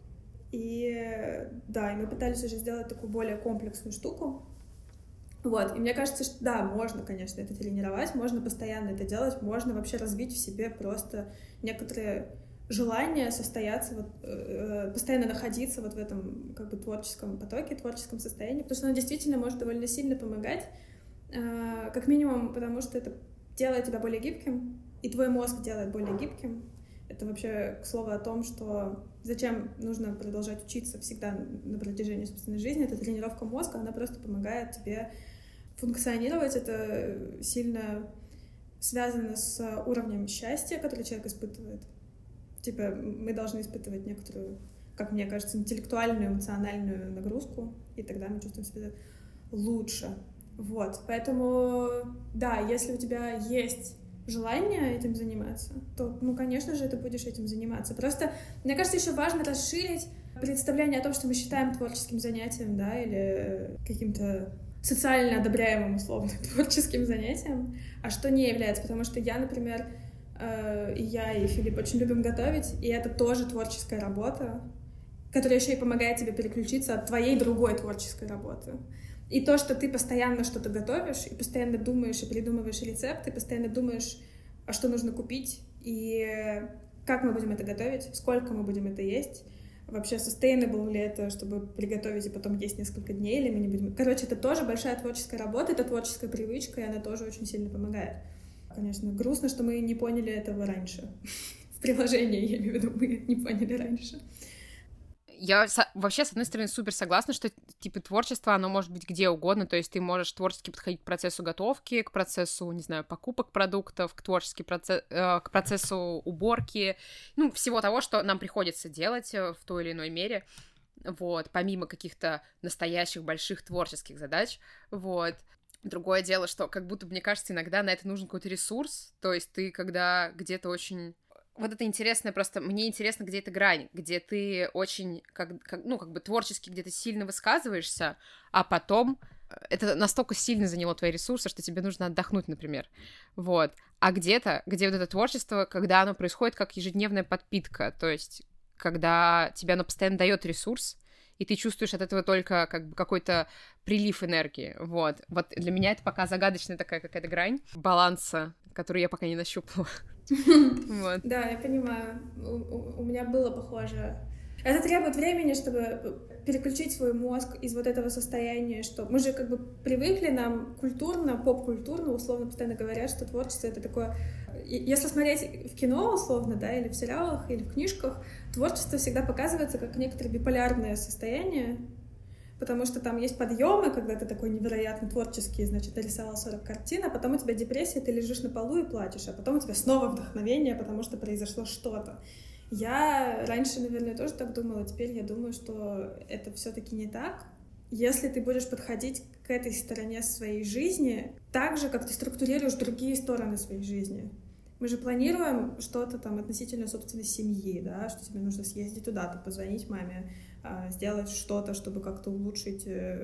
И да, и мы пытались уже сделать такую более комплексную штуку. Вот, и мне кажется, что да, можно, конечно, это тренировать, можно постоянно это делать, можно вообще развить в себе просто некоторые желания состояться, вот, постоянно находиться вот в этом как бы творческом потоке, творческом состоянии, потому что оно действительно может довольно сильно помогать, как минимум, потому что это делает тебя более гибким, и твой мозг делает более гибким. Это вообще к слову о том, что зачем нужно продолжать учиться всегда на протяжении собственной жизни. Это тренировка мозга, она просто помогает тебе функционировать. Это сильно связано с уровнем счастья, который человек испытывает. Типа мы должны испытывать некоторую, как мне кажется, интеллектуальную, эмоциональную нагрузку, и тогда мы чувствуем себя лучше. Вот, поэтому, да, если у тебя есть желание этим заниматься, то, ну, конечно же, ты будешь этим заниматься. Просто, мне кажется, еще важно расширить представление о том, что мы считаем творческим занятием, да, или каким-то социально одобряемым, условно, творческим занятием, а что не является. Потому что я, например, и я, и Филипп очень любим готовить, и это тоже творческая работа, которая еще и помогает тебе переключиться от твоей другой творческой работы. И то, что ты постоянно что-то готовишь, и постоянно думаешь, и придумываешь рецепты, постоянно думаешь, а что нужно купить, и как мы будем это готовить, сколько мы будем это есть, вообще sustainable ли это, чтобы приготовить и потом есть несколько дней, или мы не будем... Короче, это тоже большая творческая работа, это творческая привычка, и она тоже очень сильно помогает. Конечно, грустно, что мы не поняли этого раньше. В приложении, я имею в виду, мы не поняли раньше. Я вообще, с одной стороны, супер согласна, что, типа, творчество, оно может быть где угодно, то есть ты можешь творчески подходить к процессу готовки, к процессу, не знаю, покупок продуктов, к процессу уборки, ну, всего того, что нам приходится делать в той или иной мере, вот, помимо каких-то настоящих больших творческих задач, вот. Другое дело, что как будто, мне кажется, иногда на это нужен какой-то ресурс, то есть ты, когда где-то очень Вот это интересно, просто мне интересно, где эта грань, где ты очень, ну, как бы творчески где-то сильно высказываешься, а потом это настолько сильно заняло твои ресурсы, что тебе нужно отдохнуть, например. Вот. А где-то, где вот это творчество, когда оно происходит как ежедневная подпитка, то есть когда тебе оно постоянно дает ресурс, и ты чувствуешь от этого только как бы какой-то прилив энергии, вот. Вот для меня это пока загадочная такая какая-то грань баланса, которую я пока не нащупала. Вот. Да, я понимаю. У меня было похоже. Это требует времени, чтобы переключить свой мозг из вот этого состояния, что мы же как бы привыкли, нам культурно, поп-культурно, условно, постоянно говорят, что творчество — это такое... Если смотреть в кино, условно, да, или в сериалах, или в книжках, творчество всегда показывается как некоторое биполярное состояние, потому что там есть подъемы, когда ты такой невероятно творческий, значит, нарисовал 40 картин, а потом у тебя депрессия, ты лежишь на полу и плачешь, а потом у тебя снова вдохновение, потому что произошло что-то. Я раньше, наверное, тоже так думала, теперь я думаю, что это все-таки не так. Если ты будешь подходить к этой стороне своей жизни так же, как ты структурируешь другие стороны своей жизни. Мы же планируем что-то там относительно собственной семьи, да, что тебе нужно съездить туда-то, позвонить маме, сделать что-то, чтобы как-то улучшить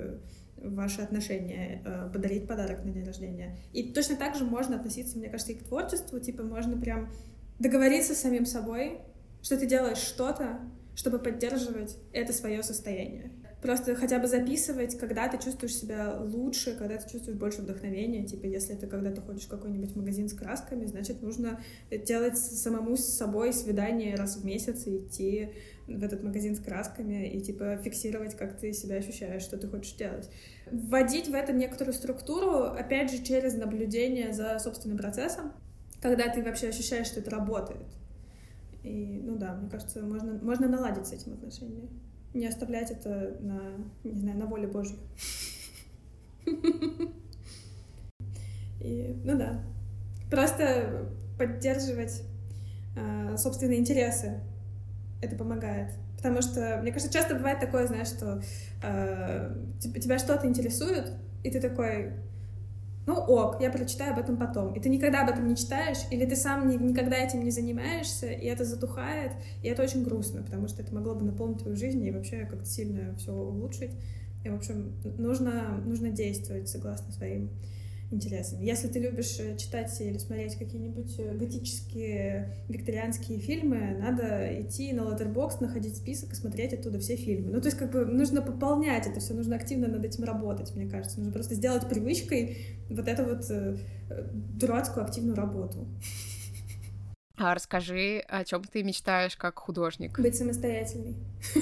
ваши отношения, подарить подарок на день рождения. И точно так же можно относиться, мне кажется, и к творчеству, типа можно прям договориться с самим собой, что ты делаешь что-то, чтобы поддерживать это свое состояние. Просто хотя бы записывать, когда ты чувствуешь себя лучше, когда ты чувствуешь больше вдохновения. Типа, если ты когда-то ходишь в какой-нибудь магазин с красками, значит, нужно делать самому с собой свидание раз в месяц и идти в этот магазин с красками и, типа, фиксировать, как ты себя ощущаешь, что ты хочешь делать. Вводить в это некоторую структуру, опять же, через наблюдение за собственным процессом, когда ты вообще ощущаешь, что это работает. И, ну да, мне кажется, можно наладить с этим отношения. Не оставлять это не знаю, на воле Божью. И, ну да. Просто поддерживать собственные интересы. Это помогает. Потому что, мне кажется, часто бывает такое, знаешь, что тебя что-то интересует, и ты такой... Ну ок, я прочитаю об этом потом. И ты никогда об этом не читаешь, или ты сам никогда этим не занимаешься, и это затухает, и это очень грустно, потому что это могло бы наполнить твою жизнь и вообще как-то сильно все улучшить. И, в общем, нужно действовать согласно своим интересам. Если ты любишь читать или смотреть какие-нибудь готические, викторианские фильмы, надо идти на Letterboxd, находить список и смотреть оттуда все фильмы. Ну, то есть, как бы, нужно пополнять это все, нужно активно над этим работать, мне кажется. Нужно просто сделать привычкой вот эту вот дурацкую активную работу. А расскажи, о чем ты мечтаешь как художник? Быть самостоятельной.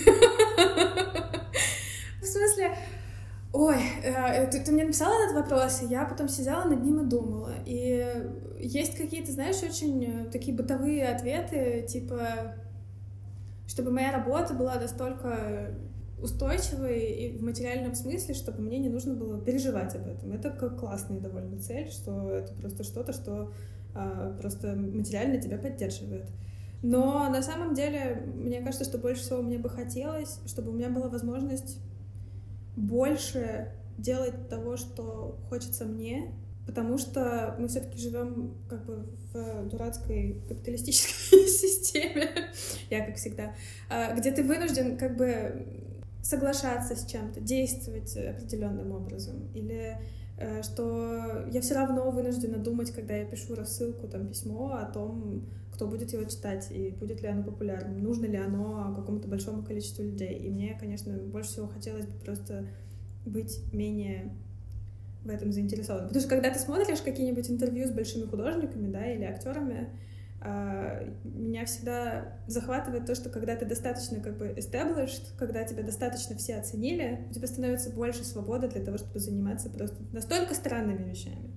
В смысле... Ой, ты мне написала этот вопрос, и я потом сидела над ним и думала. И есть какие-то, знаешь, очень такие бытовые ответы, типа, чтобы моя работа была настолько устойчивой и в материальном смысле, чтобы мне не нужно было переживать об этом. Это как классная довольно цель, что это просто что-то, что просто материально тебя поддерживает. Но на самом деле, мне кажется, что больше всего мне бы хотелось, чтобы у меня была возможность больше делать того, что хочется мне, потому что мы все-таки живем как бы в дурацкой капиталистической системе, я как всегда, где ты вынужден как бы соглашаться с чем-то, действовать определенным образом, или что я все равно вынуждена думать, когда я пишу рассылку, там, письмо о том, кто будет его читать, и будет ли оно популярным, нужно ли оно какому-то большому количеству людей. И мне, конечно, больше всего хотелось бы просто быть менее в этом заинтересованным. Потому что когда ты смотришь какие-нибудь интервью с большими художниками, да, или актерами, меня всегда захватывает то, что когда ты достаточно как бы established, когда тебя достаточно все оценили, у тебя становится больше свободы для того, чтобы заниматься просто настолько странными вещами.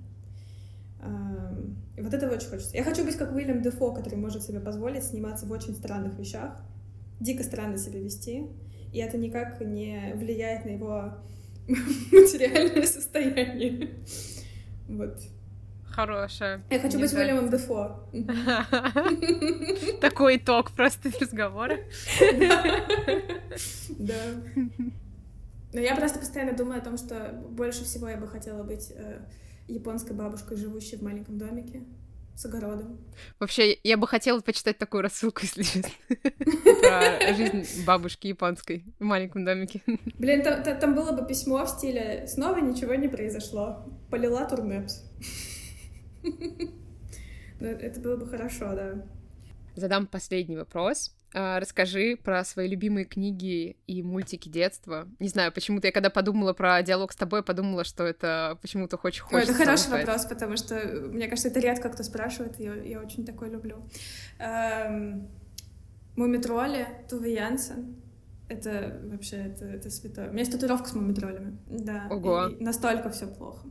И вот этого очень хочется. Я хочу быть как Уильям Дефо, который может себе позволить сниматься в очень странных вещах, дико странно себя вести, и это никак не влияет на его материальное состояние. Вот. Хорошая. Я хочу быть Уильямом Дефо. Такой итог просто разговора. Да. Но я просто постоянно думаю о том, что больше всего я бы хотела быть японской бабушкой, живущей в маленьком домике. с огородом. Вообще, я бы хотела почитать такую рассылку, если честно, про жизнь бабушки японской в маленьком домике. Блин, там было бы письмо в стиле «Снова ничего не произошло. Полила турнепс». Это было бы хорошо, да. Задам последний вопрос. Расскажи про свои любимые книги и мультики детства. Не знаю, почему-то я когда подумала про диалог с тобой, подумала, что это почему-то хочется. Это хороший вопрос, потому что, мне кажется, это редко кто спрашивает, я очень такой люблю. Мумитроли, Туве Янсен. Это вообще, это святое. У меня есть татуировка с мумитролями. Да. Ого. И настолько все плохо.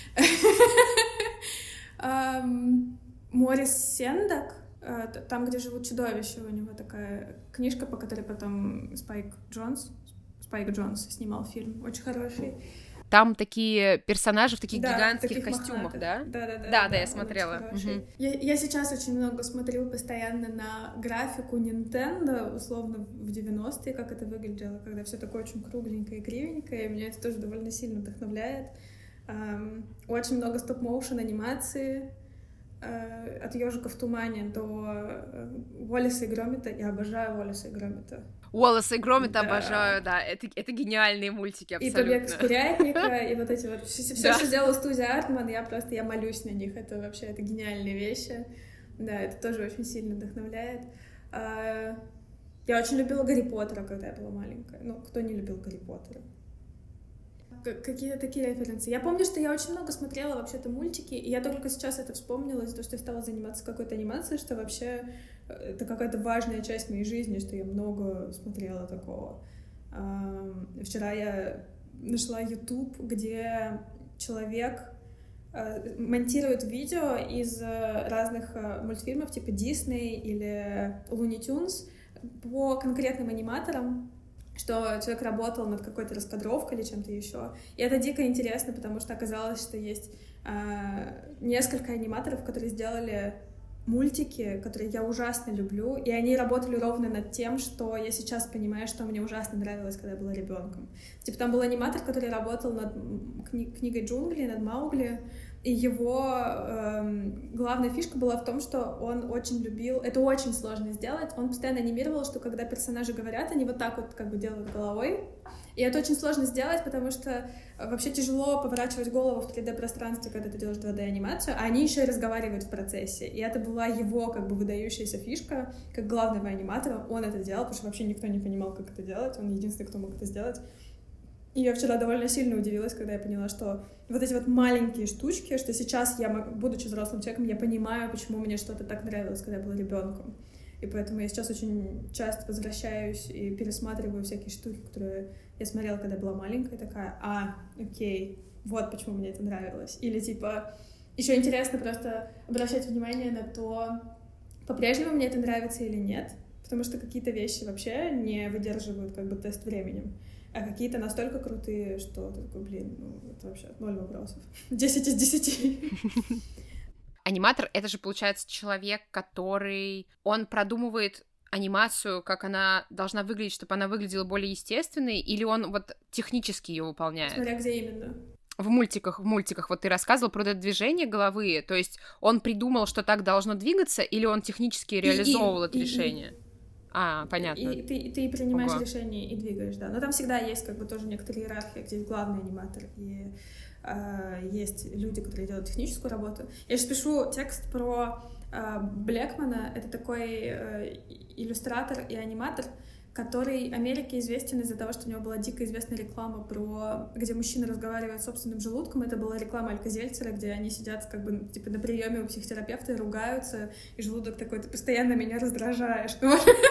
Морис Сендак, там, где живут чудовища, у него такая книжка, по которой потом Спайк Джонс снимал фильм, очень хороший. Там такие персонажи в таких да, гигантских таких костюмах, мохнатых. Да, я смотрела. Угу. Я сейчас очень много смотрю постоянно на графику Nintendo, условно, в 90-е, как это выглядело, когда все такое очень кругленькое и кривенькое, и меня это тоже довольно сильно вдохновляет. Очень много стоп-моушен анимации, от «Ёжика в тумане» до Уоллеса и Громита. Я обожаю Уоллеса и Громита. Уоллеса и Громита обожаю, да. Это гениальные мультики, абсолютно. И «Побег из курятника», и вот эти вот... Все, что сделала студия Артман, я молюсь на них. Это вообще, это гениальные вещи. Да, это тоже очень сильно вдохновляет. Я очень любила Гарри Поттера, когда я была маленькая. Ну, кто не любил Гарри Поттера? Какие-то такие референсы. Я помню, что я очень много смотрела вообще-то мультики, и я только сейчас это вспомнила из-за того, что я стала заниматься какой-то анимацией, что вообще это какая-то важная часть моей жизни, что я много смотрела такого. Вчера я нашла YouTube, где человек монтирует видео из разных мультфильмов типа Disney или Looney Tunes по конкретным аниматорам, что человек работал над какой-то раскадровкой или чем-то еще. И это дико интересно, потому что оказалось, что есть несколько аниматоров, которые сделали мультики, которые я ужасно люблю, и они работали ровно над тем, что я сейчас понимаю, что мне ужасно нравилось, когда я была ребенком. Типа там был аниматор, который работал над книгой «Джунгли», над «Маугли», и его главная фишка была в том, что он очень любил... Это очень сложно сделать. Он постоянно анимировал, что когда персонажи говорят, они вот так вот как бы делают головой. И это очень сложно сделать, потому что вообще тяжело поворачивать голову в 3D-пространстве, когда ты делаешь 2D-анимацию, а они еще и разговаривают в процессе. И это была его как бы выдающаяся фишка, как главного аниматора. Он это делал, потому что вообще никто не понимал, как это делать. Он единственный, кто мог это сделать. И я вчера довольно сильно удивилась, когда я поняла, что вот эти вот маленькие штучки, что сейчас я, будучи взрослым человеком, я понимаю, почему мне что-то так нравилось, когда я была ребенком. И поэтому я сейчас очень часто возвращаюсь и пересматриваю всякие штуки, которые я смотрела, когда я была маленькая, и такая, окей, вот почему мне это нравилось. Или типа, еще интересно просто обращать внимание на то, по-прежнему мне это нравится или нет, потому что какие-то вещи вообще не выдерживают как бы тест временем. А какие-то настолько крутые, что ты такой, блин, ну это вообще 0 вопросов. 10 из 10. Аниматор — это же, получается, человек, который... Он продумывает анимацию, как она должна выглядеть, чтобы она выглядела более естественной, или он вот технически ее выполняет? Смотря где именно. В мультиках, вот ты рассказывал про это движение головы, то есть он придумал, что так должно двигаться, или он технически реализовывал это решение? Понятно. И ты принимаешь решение и двигаешь, да. Но там всегда есть как бы тоже некоторая иерархия, где есть главный аниматор и есть люди, которые делают техническую работу. Я сейчас пишу текст про Блэкмана. Это такой иллюстратор и аниматор, который Америке известен из-за того, что у него была дико известная реклама, где мужчина разговаривает с собственным желудком. Это была реклама Алька-Зельцера, где они сидят как бы типа на приеме у психотерапевта и ругаются, и желудок такой: ты постоянно меня раздражаешь. Это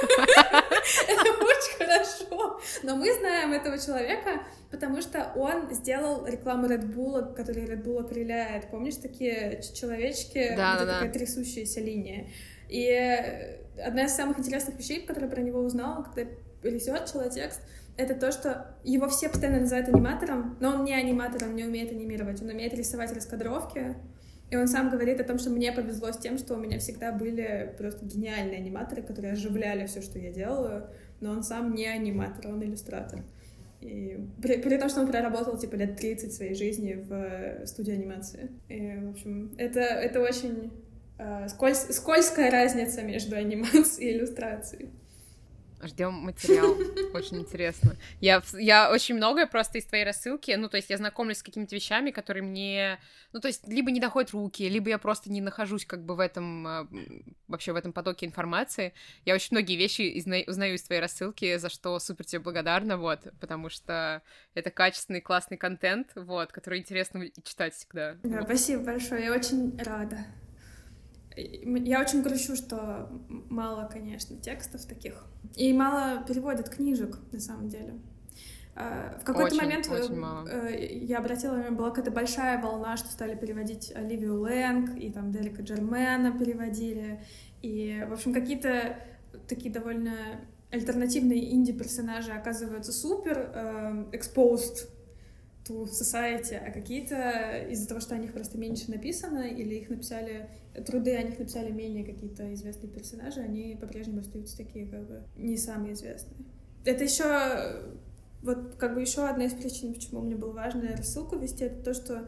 очень хорошо. Но мы знаем этого человека, потому что он сделал рекламу Red Bull, который Red Bull окрыляет. Помнишь такие человечки, где такая трясущаяся линия? И одна из самых интересных вещей, которые про него узнала, когда ресерчила текст, это то, что его все постоянно называют аниматором, но он не аниматор, он не умеет анимировать, он умеет рисовать раскадровки. И он сам говорит о том, что мне повезло с тем, что у меня всегда были просто гениальные аниматоры, которые оживляли все, что я делаю, но он сам не аниматор, он иллюстратор. И при том, что он проработал типа лет 30 своей жизни в студии анимации. И, в общем, это очень Скользкая разница между анимацией и иллюстрацией. Ждем материал, очень интересно. Я очень многое просто из твоей рассылки, ну, то есть я знакомлюсь с какими-то вещами, которые мне, ну, то есть либо не доходят руки, либо я просто не нахожусь как бы в этом, вообще в этом потоке информации. Я очень многие вещи узнаю из твоей рассылки, за что супер тебе благодарна, вот, потому что это качественный, классный контент, вот, который интересно читать всегда. Да, вот. Спасибо большое, я очень рада. Я очень грущу, что мало, конечно, текстов таких. И мало переводят книжек, на самом деле. В какой-то момент я обратила внимание, была какая-то большая волна, что стали переводить Оливию Лэнг, и там Дерека Джермена переводили. И, в общем, какие-то такие довольно альтернативные инди-персонажи оказываются супер exposed to society, а какие-то из-за того, что о них просто меньше написано, или их написали, труды о них написали менее какие-то известные персонажи, они по-прежнему остаются такие, как бы, не самые известные. Это еще, вот, как бы, еще одна из причин, почему мне было важно рассылку вести, это то, что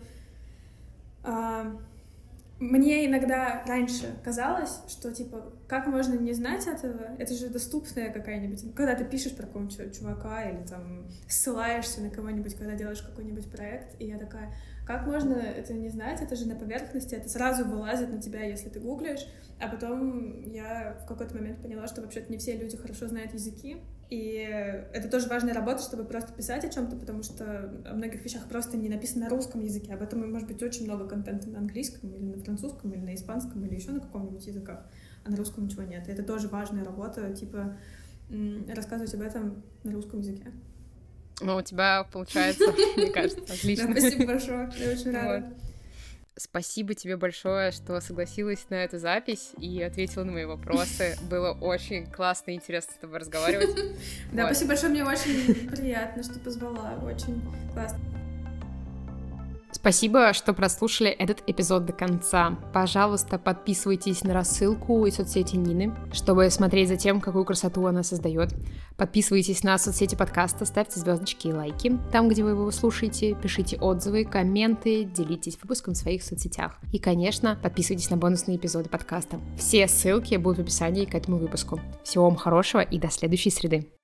мне иногда раньше казалось, что, типа, как можно не знать этого? Это же доступная какая-нибудь... Когда ты пишешь про какого-нибудь чувака или там ссылаешься на кого-нибудь, когда делаешь какой-нибудь проект, и я такая, как можно это не знать? Это же на поверхности, это сразу вылазит на тебя, если ты гуглишь. А потом я в какой-то момент поняла, что вообще-то не все люди хорошо знают языки, и это тоже важная работа, чтобы просто писать о чем-то, потому что о многих вещах просто не написано на русском языке. Об этом может быть очень много контента на английском, или на французском, или на испанском, или еще на каком-нибудь языках, а на русском ничего нет. И это тоже важная работа, типа, рассказывать об этом на русском языке. Ну, у тебя получается, мне кажется, отлично. Спасибо большое, я очень рада. Спасибо тебе большое, что согласилась на эту запись и ответила на мои вопросы. Было очень классно и интересно с тобой разговаривать. Да, спасибо большое, мне очень приятно, что позвала. Очень классно. Спасибо, что прослушали этот эпизод до конца. Пожалуйста, подписывайтесь на рассылку и соцсети Нины, чтобы смотреть за тем, какую красоту она создает. Подписывайтесь на соцсети подкаста, ставьте звездочки и лайки там, где вы его слушаете, пишите отзывы, комменты, делитесь выпуском в своих соцсетях. И, конечно, подписывайтесь на бонусные эпизоды подкаста. Все ссылки будут в описании к этому выпуску. Всего вам хорошего и до следующей среды.